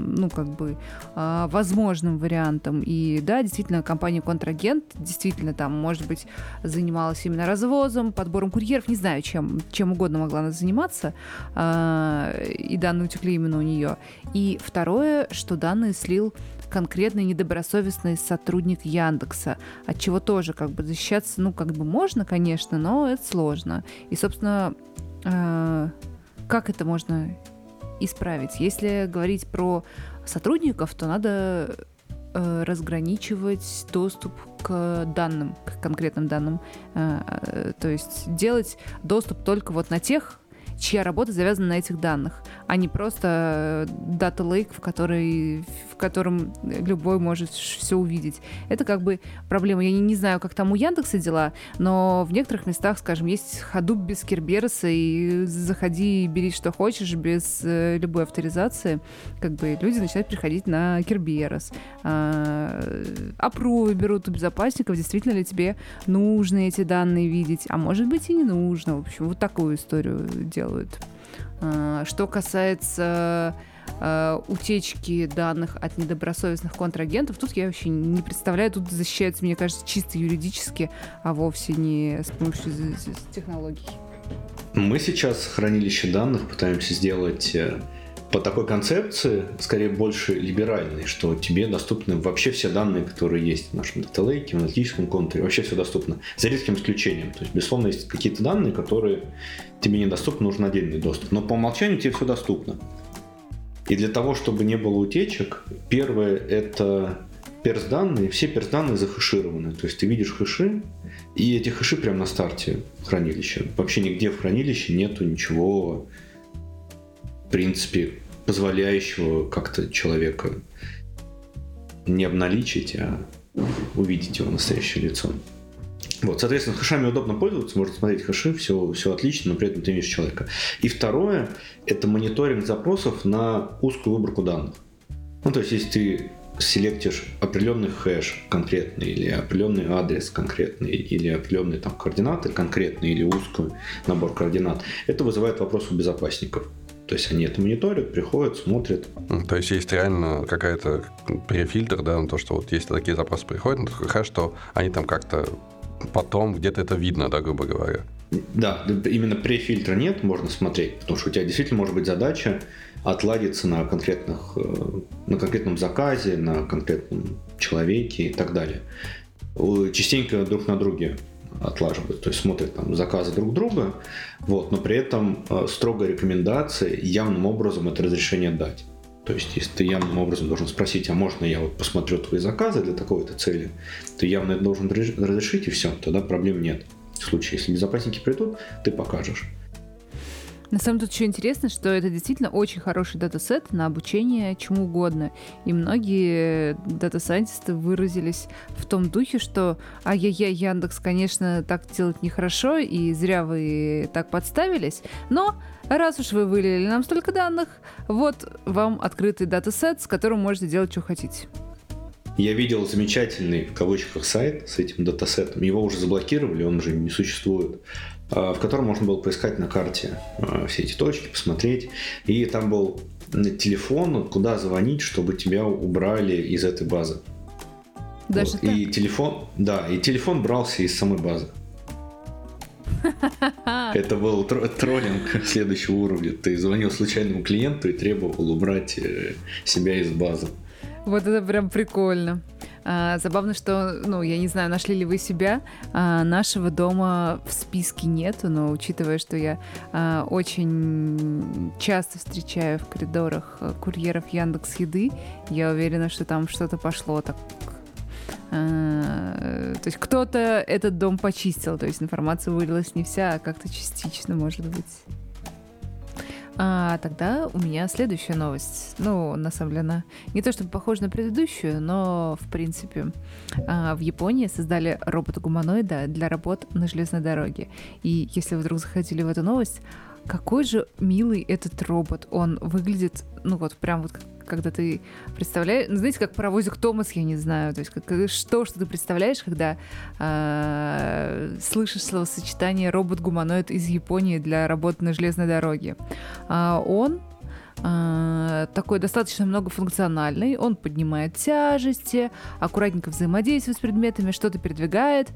возможным вариантом. И да, действительно, компания-контрагент действительно там, может быть, занималась именно развозом, подбором курьеров, не знаю, чем угодно могла она заниматься, и данные утекли именно у нее. И второе, что данные слил конкретный недобросовестный сотрудник Яндекса, от чего тоже защищаться, можно, конечно, но это сложно. И, собственно, как это можно исправить? Если говорить про сотрудников, то надо разграничивать доступ к данным, к конкретным данным. То есть делать доступ только вот на тех, чья работа завязана на этих данных, а не просто data lake, в котором любой может все увидеть. Это проблема. Я не знаю, как там у Яндекса дела, но в некоторых местах, скажем, есть Hadoop без Кербероса, и заходи и бери, что хочешь, без любой авторизации. Люди начинают приходить на Керберос. Апрувы берут у безопасников, действительно ли тебе нужно эти данные видеть, а может быть и не нужно. В общем, вот такую историю делают. Что касается утечки данных от недобросовестных контрагентов, тут я вообще не представляю, тут защищаются, мне кажется, чисто юридически, а вовсе не с помощью технологий. Мы сейчас хранилище данных пытаемся сделать по такой концепции, скорее больше либеральной, что тебе доступны вообще все данные, которые есть в нашем Data Lake, в аналитическом контуре, вообще все доступно, за редким исключением. То есть, безусловно, есть какие-то данные, которые тебе недоступны, нужен отдельный доступ. Но по умолчанию тебе все доступно. И для того, чтобы не было утечек, первое — это перс-данные, все перс-данные захэшированы. То есть ты видишь хэши, и эти хэши прямо на старте хранилища. Вообще нигде в хранилище нету ничего, в принципе, позволяющего как-то человека не обналичить, а увидеть его настоящее лицо. Вот, соответственно, хэшами удобно пользоваться, можно смотреть хэши, все отлично, но при этом ты видишь человека. И второе — это мониторинг запросов на узкую выборку данных. Ну, то есть, если ты селектишь определенный хэш конкретный, или определенный адрес конкретный, или определенные там координаты конкретные, или узкий набор координат, это вызывает вопрос у безопасников. То есть они это мониторят, приходят, смотрят. То есть есть реально какая-то префильтр, да, на то, что вот если такие запросы приходят на такой хэш, что они там как-то потом где-то это видно, да, грубо говоря. Да, именно префильтра нет, можно смотреть, потому что у тебя действительно может быть задача отладиться на конкретном заказе, на конкретном человеке и так далее. Частенько друг на друге отлаживают, то есть смотрят там заказы друг друга, вот, но при этом строгая рекомендация явным образом это разрешение дать. То есть, если ты явным образом должен спросить, а можно я вот посмотрю твои заказы для такой-то цели, ты явно это должен разрешить, и все, тогда проблем нет. В случае, если безопасники придут, ты покажешь. На самом деле, еще интересно, что это действительно очень хороший датасет на обучение чему угодно. И многие дата-сайентисты выразились в том духе, что ай-яй-яй, Яндекс, конечно, так делать нехорошо, и зря вы так подставились, но раз уж вы вылили нам столько данных, вот вам открытый датасет, с которым можете делать, что хотите. Я видел замечательный, в кавычках, сайт с этим датасетом. Его уже заблокировали, он уже не существует, в котором можно было поискать на карте все эти точки, посмотреть. И там был телефон, куда звонить, чтобы тебя убрали из этой базы. Даже вот. так? И телефон брался из самой базы. Это был троллинг следующего уровня. Ты звонил случайному клиенту и требовал убрать себя из базы. Вот это прям прикольно. Забавно, что, я не знаю, нашли ли вы себя. Нашего дома в списке нету, но учитывая, что я очень часто встречаю в коридорах курьеров Яндекс.Еды, я уверена, что там что-то пошло так. То есть кто-то этот дом почистил, то есть информация вылилась не вся, а как-то частично, может быть. Тогда у меня следующая новость. На самом деле, она не то чтобы похожа на предыдущую, но, в принципе, в Японии создали робота-гуманоида для работ на железной дороге. И если вы вдруг заходили в эту новость, какой же милый этот робот. Он выглядит, прям вот когда ты представляешь... знаете, как паровозик Томас, я не знаю. То есть что ты представляешь, когда слышишь словосочетание робот-гуманоид из Японии для работы на железной дороге. Он такой достаточно многофункциональный. Он поднимает тяжести, аккуратненько взаимодействует с предметами, что-то передвигает.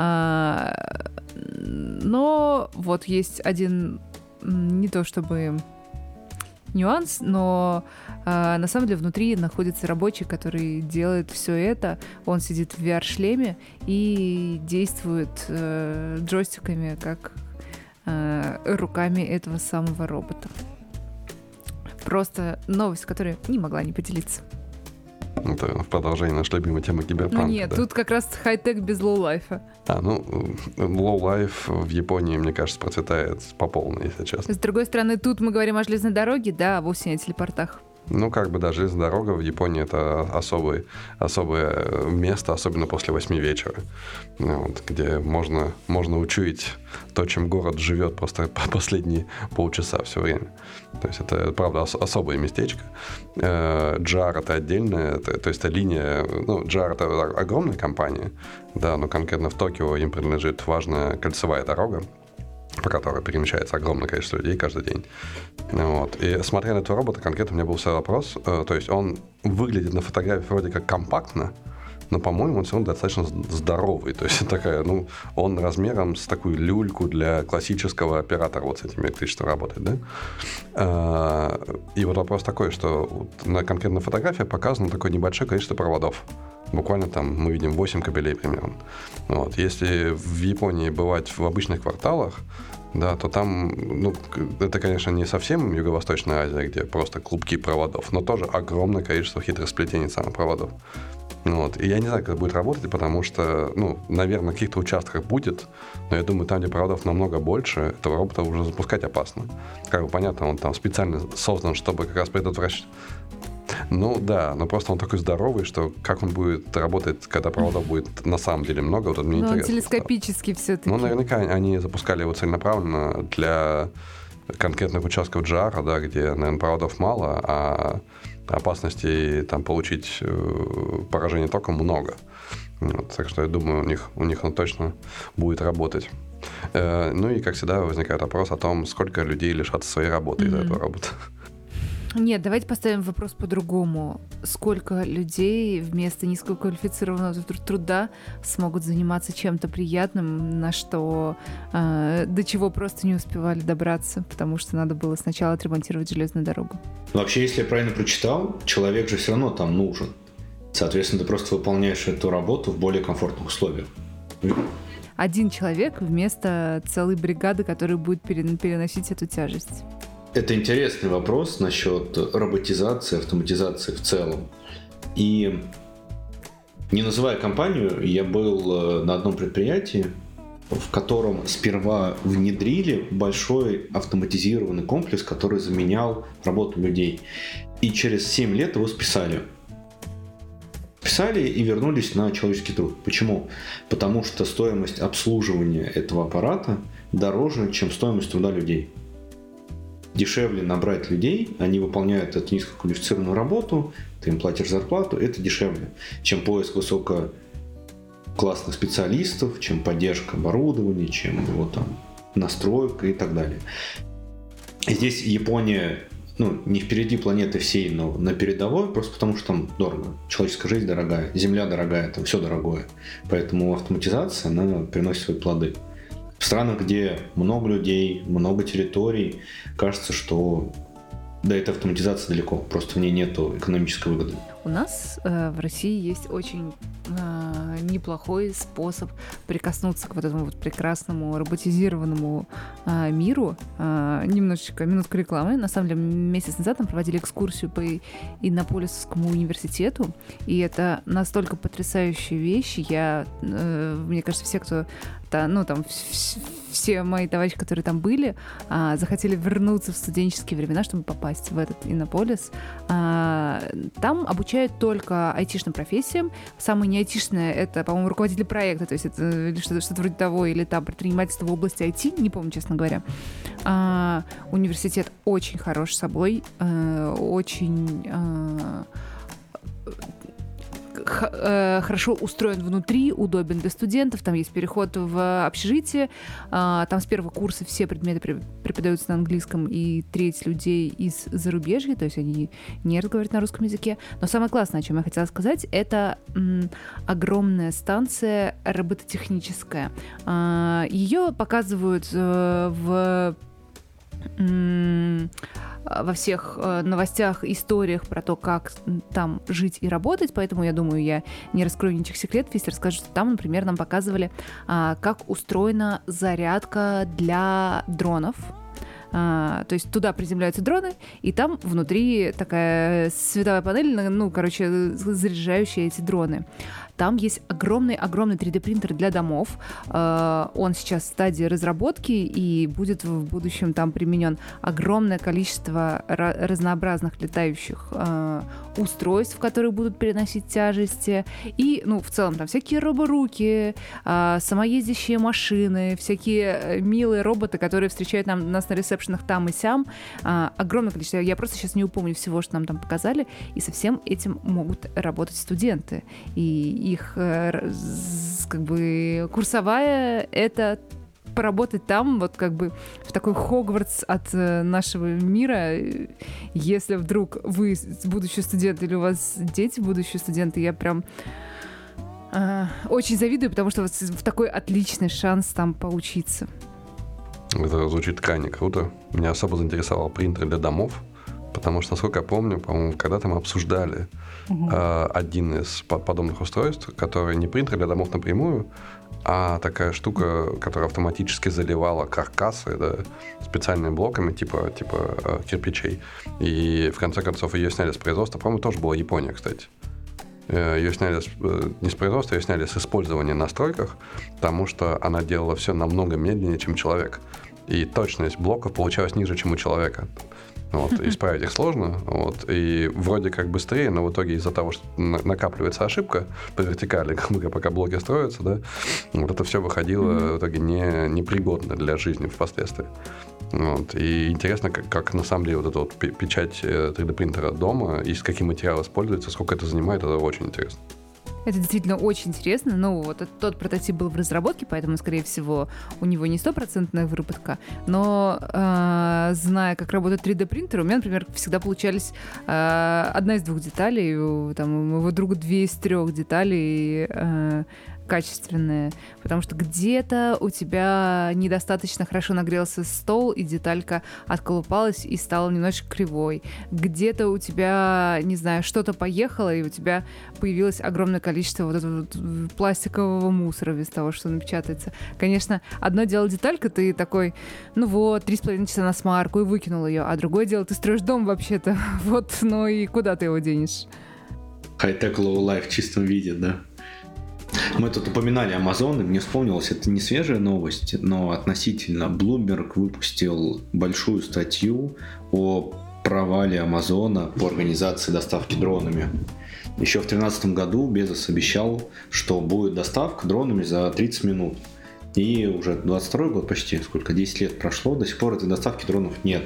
Но вот есть один не то чтобы нюанс, но на самом деле внутри находится рабочий, который делает все это. Он сидит в VR-шлеме и действует джойстиками, как руками этого самого робота. Просто новость, которой не могла не поделиться. Это в продолжение нашей любимой темы киберпанка. Нет, да? Тут как раз хай-тек без лоу-лайфа. Лоу-лайф в Японии, мне кажется, процветает по полной, если честно. С другой стороны, тут мы говорим о железной дороге, да, вовсе не о телепортах. Железная дорога в Японии — это особое место, особенно после 8 вечера, где можно учуять то, чем город живет просто последние полчаса все время. То есть это, правда, особое местечко. JR — это отдельная, то есть это линия... JR — это огромная компания, да, но конкретно в Токио им принадлежит важная кольцевая дорога, по которой перемещается огромное количество людей каждый день. И смотря на этого робота, конкретно у меня был свой вопрос. То есть он выглядит на фотографии вроде как компактно, но, по-моему, он все равно достаточно здоровый. То есть такая, он размером с такую люльку для классического оператора вот с этим электричеством работает, да? И вот вопрос такой, что вот на конкретной фотографии показано такое небольшое количество проводов. Буквально там мы видим 8 кабелей примерно. Вот. Если в Японии бывать в обычных кварталах, да, то там, это, конечно, не совсем Юго-Восточная Азия, где просто клубки проводов, но тоже огромное количество хитросплетений самых проводов. Вот. И я не знаю, как это будет работать, потому что, наверное, на каких-то участках будет, но я думаю, там, где проводов намного больше, этого робота уже запускать опасно. Как бы понятно, он там специально создан, чтобы как раз предотвращать. Да, но просто он такой здоровый, что как он будет работать, когда проводов будет на самом деле много, вот это мне интересно. Он телескопический все-таки. Наверняка они запускали его целенаправленно для конкретных участков GR, да, где, наверное, проводов мало, а опасностей там получить поражение током много. Вот, так что я думаю, у них он точно будет работать. И, как всегда, возникает вопрос о том, сколько людей лишатся своей работы из-за этого робота. Нет, давайте поставим вопрос по-другому. Сколько людей вместо низкоквалифицированного труда смогут заниматься чем-то приятным, на что до чего просто не успевали добраться, потому что надо было сначала отремонтировать железную дорогу. Вообще, если я правильно прочитал, человек же все равно там нужен. Соответственно, ты просто выполняешь эту работу в более комфортных условиях. Один человек вместо целой бригады, которая будет переносить эту тяжесть. Это интересный вопрос насчет роботизации, автоматизации в целом. И не называя компанию, я был на одном предприятии, в котором сперва внедрили большой автоматизированный комплекс, который заменял работу людей. И через 7 лет его списали. Списали и вернулись на человеческий труд. Почему? Потому что стоимость обслуживания этого аппарата дороже, чем стоимость труда людей. Дешевле набрать людей, они выполняют эту низкоквалифицированную работу, ты им платишь зарплату, это дешевле, чем поиск высококлассных специалистов, чем поддержка оборудования, чем его там настройка и так далее. И здесь Япония, не впереди планеты всей, но на передовой, просто потому что там дорого. Человеческая жизнь дорогая, земля дорогая, там все дорогое. Поэтому автоматизация, она приносит свои плоды. В странах, где много людей, много территорий, кажется, что до этой автоматизации далеко, просто в ней нет экономической выгоды. У нас в России есть очень неплохой способ прикоснуться к вот этому вот прекрасному роботизированному миру. Минутка рекламы. На самом деле, месяц назад мы проводили экскурсию по Иннополисскому университету, и это настолько потрясающая вещь. Мне кажется, все, кто все мои товарищи, которые там были, захотели вернуться в студенческие времена, чтобы попасть в этот Иннополис. Там обучают только айтишным профессиям. Самое не айтишное — это, по-моему, руководитель проекта, то есть это что-то вроде того, или там предпринимательство в области IT, не помню, честно говоря. Университет очень хорош собой, очень хорошо устроен внутри, удобен для студентов, там есть переход в общежитие, там с первого курса все предметы преподаются на английском, и треть людей из зарубежья, то есть они не разговаривают на русском языке. Но самое классное, о чем я хотела сказать, это огромная станция робототехническая. Ее показывают во всех новостях, историях про то, как там жить и работать, поэтому, я думаю, я не раскрою ничьих секретов, если расскажу, что там, например, нам показывали, как устроена зарядка для дронов. То есть туда приземляются дроны, и там внутри такая световая панель, заряжающая эти дроны. Там есть огромный 3D-принтер для домов. Он сейчас в стадии разработки, и будет в будущем там применен огромное количество разнообразных летающих устройств, которые будут переносить тяжести. И, в целом, там всякие роборуки, самоездящие машины, всякие милые роботы, которые встречают нас на ресепшенах там и сям. Огромное количество. Я просто сейчас не упомню всего, что нам там показали. И со всем этим могут работать студенты. И их курсовая — это поработать там, в такой Хогвартс от нашего мира. Если вдруг вы будущий студент или у вас дети будущие студенты, я прям Очень завидую, потому что вот в такой отличный шанс там поучиться. Это звучит крайне круто. Меня особо заинтересовал принтер для домов, потому что, насколько я помню, по-моему, когда-то мы обсуждали один из подобных устройств, который не принтер для домов напрямую, а такая штука, которая автоматически заливала каркасы, да, специальными блоками типа кирпичей. И в конце концов ее сняли с производства. По-моему, тоже была Япония, кстати. Ее сняли не с производства, ее сняли с использования на стройках, потому что она делала все намного медленнее, чем человек. И точность блоков получалась ниже, чем у человека. Вот, исправить их сложно. Вот, и вроде как быстрее, но в итоге из-за того, что накапливается ошибка по вертикали, пока блоки строятся, да, вот это все выходило в итоге непригодно для жизни впоследствии. Вот. И интересно, как на самом деле вот эта вот печать 3D-принтера дома и с каким материалом используется, сколько это занимает, это очень интересно. Это действительно очень интересно. Ну, вот тот прототип был в разработке, поэтому, скорее всего, у него не 100% выработка. Но, зная, как работает 3D-принтер, у меня, например, всегда получались одна из двух деталей, у моего друга 2 из 3 деталей качественные, потому что где-то у тебя недостаточно хорошо нагрелся стол, и деталька отколупалась и стала немножечко кривой. Где-то у тебя, не знаю, что-то поехало, и у тебя появилось огромное количество вот этого вот пластикового мусора вместо того, что напечатается. Конечно, одно дело деталька, ты такой, 3,5 часа на смарку, и выкинул ее, а другое дело, ты строишь дом вообще-то, вот, и куда ты его денешь? High-tech, low-life в чистом виде, да. Мы тут упоминали Amazon, и мне вспомнилось, это не свежая новость, но относительно Bloomberg выпустил большую статью о провале Амазона по организации доставки дронами. Еще в 2013 году Безос обещал, что будет доставка дронами за 30 минут. И уже 22 год, почти, 10 лет прошло, до сих пор этой доставки дронов нет.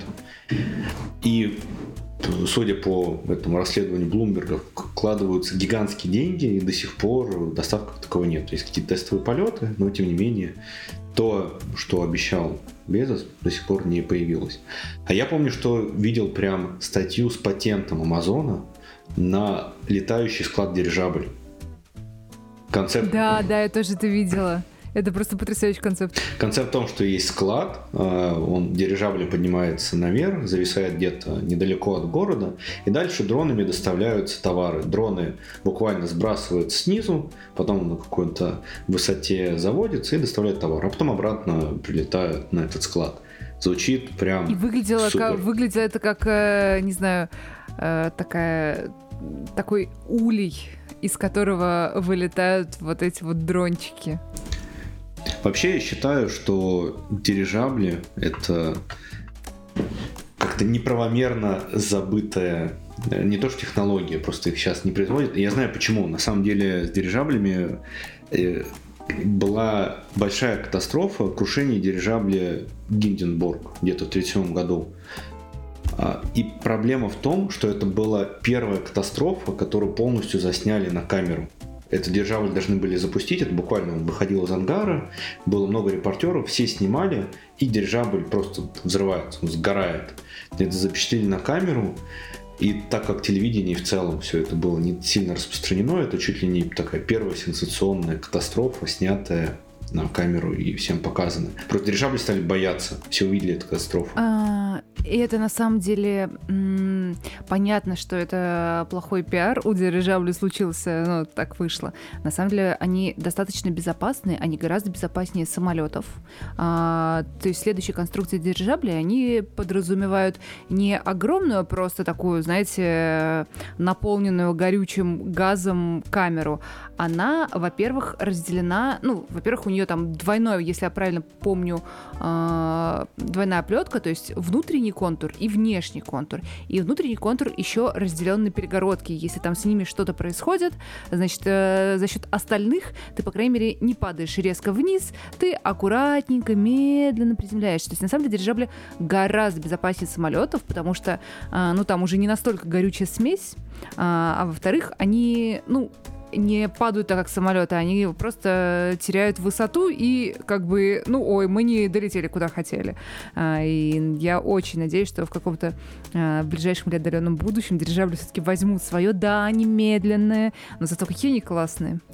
И судя по этому расследованию Bloomberg, вкладываются гигантские деньги, и до сих пор доставки такого нет. Есть какие-то тестовые полеты, но тем не менее то, что обещал Безос, до сих пор не появилось. А я помню, что видел прям статью с патентом Амазона на летающий склад-дирижабль. Концепт... Да, я тоже это видела. Это просто потрясающий концепт. Концепт в том, что есть склад, он дирижаблем поднимается наверх, зависает где-то недалеко от города, и дальше дронами доставляются товары. Дроны буквально сбрасывают снизу, потом на какой-то высоте заводятся и доставляют товар, а потом обратно прилетают на этот склад. Звучит прям и выглядело это как, не знаю, такой улей, из которого вылетают вот эти вот дрончики. Вообще, я считаю, что дирижабли — это как-то неправомерно забытая, не то что технология, просто их сейчас не производят. И я знаю почему. На самом деле с дирижаблями была большая катастрофа, крушение дирижабля Гинденбург где-то в 1937 году. И проблема в том, что это была первая катастрофа, которую полностью засняли на камеру. Этот дирижабль должны были запустить, это буквально он выходил из ангара, было много репортеров, все снимали, и дирижабль просто взрывается, он сгорает. Это запечатлели на камеру, и так как телевидение в целом все это было не сильно распространено, это чуть ли не такая первая сенсационная катастрофа, снятая на камеру и всем показано. Просто дирижабли стали бояться, все увидели эту катастрофу. И это на самом деле понятно, что это плохой пиар у дирижабля случился, так вышло. На самом деле они достаточно безопасны, они гораздо безопаснее самолетов. То есть следующие конструкции дирижаблей, они подразумевают не огромную, просто такую, знаете, наполненную горючим газом камеру. Она, во-первых, разделена, во-первых, у нее там двойное, если я правильно помню, двойная оплетка, то есть внутренний контур и внешний контур. И внутренний контур еще разделен на перегородки. Если там с ними что-то происходит, значит, за счет остальных ты, по крайней мере, не падаешь резко вниз, ты аккуратненько, медленно приземляешься. То есть, на самом деле, дирижабли гораздо безопаснее самолетов, потому что, там уже не настолько горючая смесь, а во-вторых, они, не падают так, как самолеты, они просто теряют высоту и мы не долетели куда хотели. И я очень надеюсь, что в каком-то ближайшем или отдаленном будущем дирижабли все-таки возьмут свое. Да, они медленные, но зато какие они классные.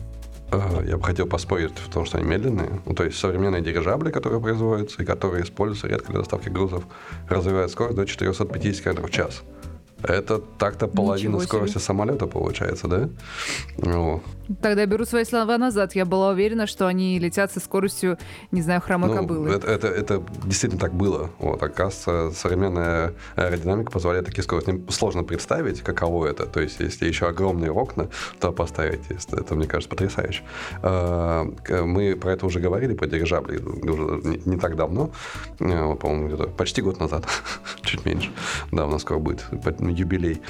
Я бы хотел поспорить в том, что они медленные. Ну, то есть современные дирижабли, которые производятся и которые используются редко для доставки грузов, развивают скорость до 450 км в час. Это так-то половина скорости самолета получается, да? Ну. Тогда беру свои слова назад. Я была уверена, что они летят со скоростью, не знаю, хромой кобылы. Это действительно так было. Вот, оказывается, современная аэродинамика позволяет такие скорости. Сложно представить, каково это. То есть, если еще огромные окна, то поставить. Это, мне кажется, потрясающе. Мы про это уже говорили, про дирижабли, уже не так давно. По-моему, где-то почти год назад. Чуть меньше. Да, у нас скоро будет юбилей.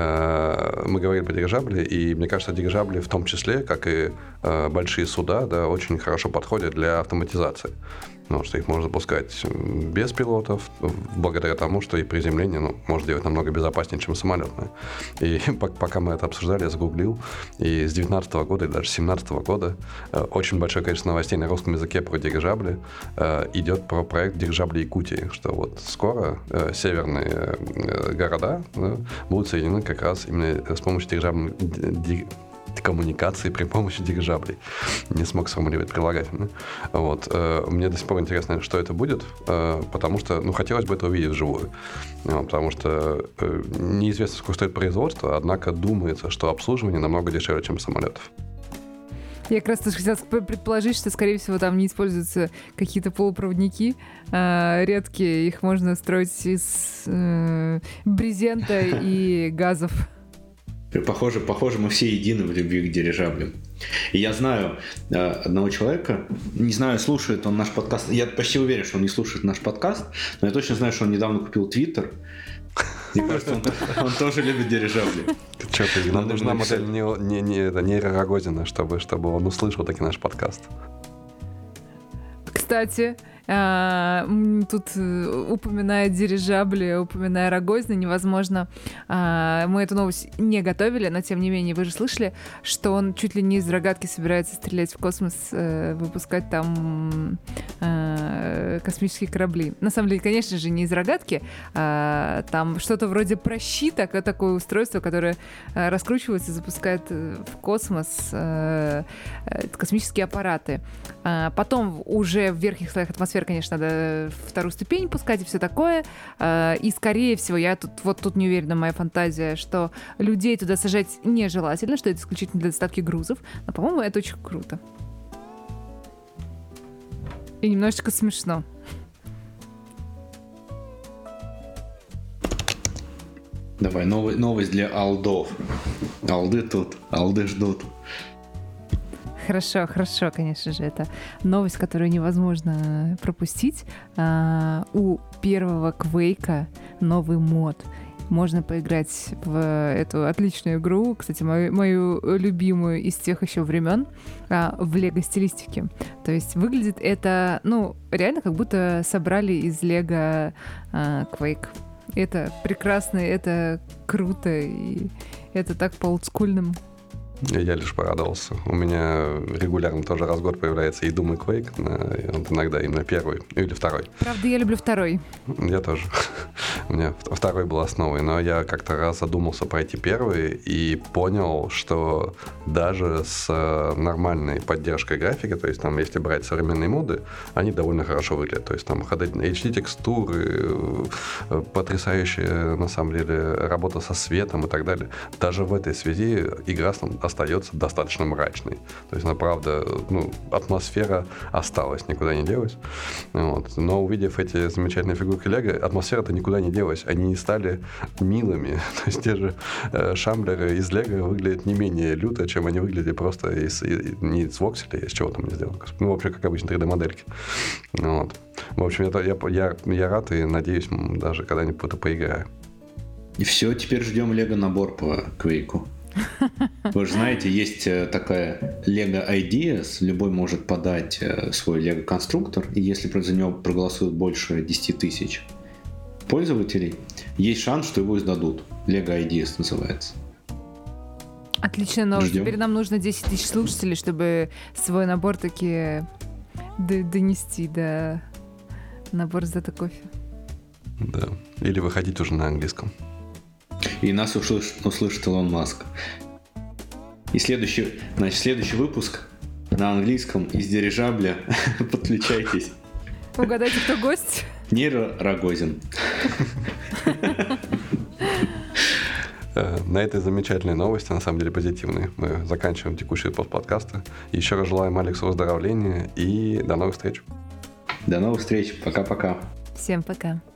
Мы говорили про дирижабли, и мне кажется, дирижабли в том числе, как и большие суда, да, очень хорошо подходят для автоматизации. Потому что их можно запускать без пилотов, благодаря тому, что и приземление можно делать намного безопаснее, чем самолетное. И пока мы это обсуждали, я загуглил, и с 2019 года и даже с 2017 года очень большое количество новостей на русском языке про дирижабли идет про проект дирижабли Якутии, что вот скоро северные города, да, будут соединены как раз именно с помощью дирижаблей, коммуникации при помощи дирижаблей. Не смог сформулировать прилагательно. Вот. Мне до сих пор интересно, что это будет, потому что, хотелось бы это увидеть вживую. Потому что неизвестно, сколько стоит производство, однако думается, что обслуживание намного дешевле, чем самолетов. Я как раз хотела предположить, что, скорее всего, там не используются какие-то полупроводники редкие. Их можно строить из брезента и газов. Похоже, мы все едины в любви к дирижаблям. И я знаю одного человека, не знаю, слушает он наш подкаст. Я почти уверен, что он не слушает наш подкаст, но я точно знаю, что он недавно купил Твиттер. Мне кажется, он тоже любит дирижабли. Что-то нам нужна модель Нейра Рогозина, чтобы он услышал таки наш подкаст. Кстати, тут, упоминая дирижабли, упоминая Рогозина, невозможно... Мы эту новость не готовили, но, тем не менее, вы же слышали, что он чуть ли не из рогатки собирается стрелять в космос, выпускать там космические корабли. На самом деле, конечно же, не из рогатки. Там что-то вроде прощиток, такое устройство, которое раскручивается и запускает в космос космические аппараты. Потом уже в верхних слоях атмосферы, конечно, надо вторую ступень пускать и все такое. И, скорее всего, я тут не уверена, моя фантазия, что людей туда сажать нежелательно, что это исключительно для доставки грузов. Но, по-моему, это очень круто. И немножечко смешно. Давай, новость для алдов. Алды тут, алды ждут. Хорошо, конечно же, это новость, которую невозможно пропустить. У первого Quake'а новый мод. Можно поиграть в эту отличную игру, кстати, мою любимую из тех еще времен, в лего-стилистике. То есть выглядит это, реально как будто собрали из лего Quake. Это прекрасно, это круто, и это так по-олдскульному. Я лишь порадовался. У меня регулярно тоже раз в год появляется и Doom, и Quake. Вот иногда именно первый или второй. Правда, я люблю второй. Я тоже. У меня второй был основой. Но я как-то раз задумался пройти первый и понял, что даже с нормальной поддержкой графики, то есть там, если брать современные моды, они довольно хорошо выглядят. То есть там HD-текстуры, потрясающая, на самом деле, работа со светом и так далее. Даже в этой связи игра остается достаточно мрачной. То есть, она, правда, атмосфера осталась, никуда не делась. Вот. Но увидев эти замечательные фигурки Лего, атмосфера-то никуда не делась. Они стали милыми. То есть, те же шамблеры из Лего выглядят не менее люто, чем они выглядели просто не из вокселя, из чего там не сделано. В общем, как обычно, 3D-модельки. Вот. В общем, я рад и надеюсь, даже когда-нибудь это поиграю. И все, теперь ждем Лего-набор по Quake'у. Вы же знаете, есть такая Lego Ideas, любой может подать свой Lego-конструктор, и если за него проголосуют больше 10 тысяч пользователей, есть шанс, что его издадут. Lego Ideas называется. Отличная новость. Теперь нам нужно 10 тысяч слушателей, чтобы свой набор таки донести до набора Зета Кофе. Да. Или выходить уже на английском. И нас услышит Илон Маск. И следующий выпуск на английском из дирижабля. Подключайтесь. Угадайте, кто гость? Нира Рогозин. На этой замечательной новости, на самом деле позитивной, мы заканчиваем текущий выпуск подкаста. Еще раз желаем Алексу выздоровления и до новых встреч. До новых встреч. Пока-пока. Всем пока.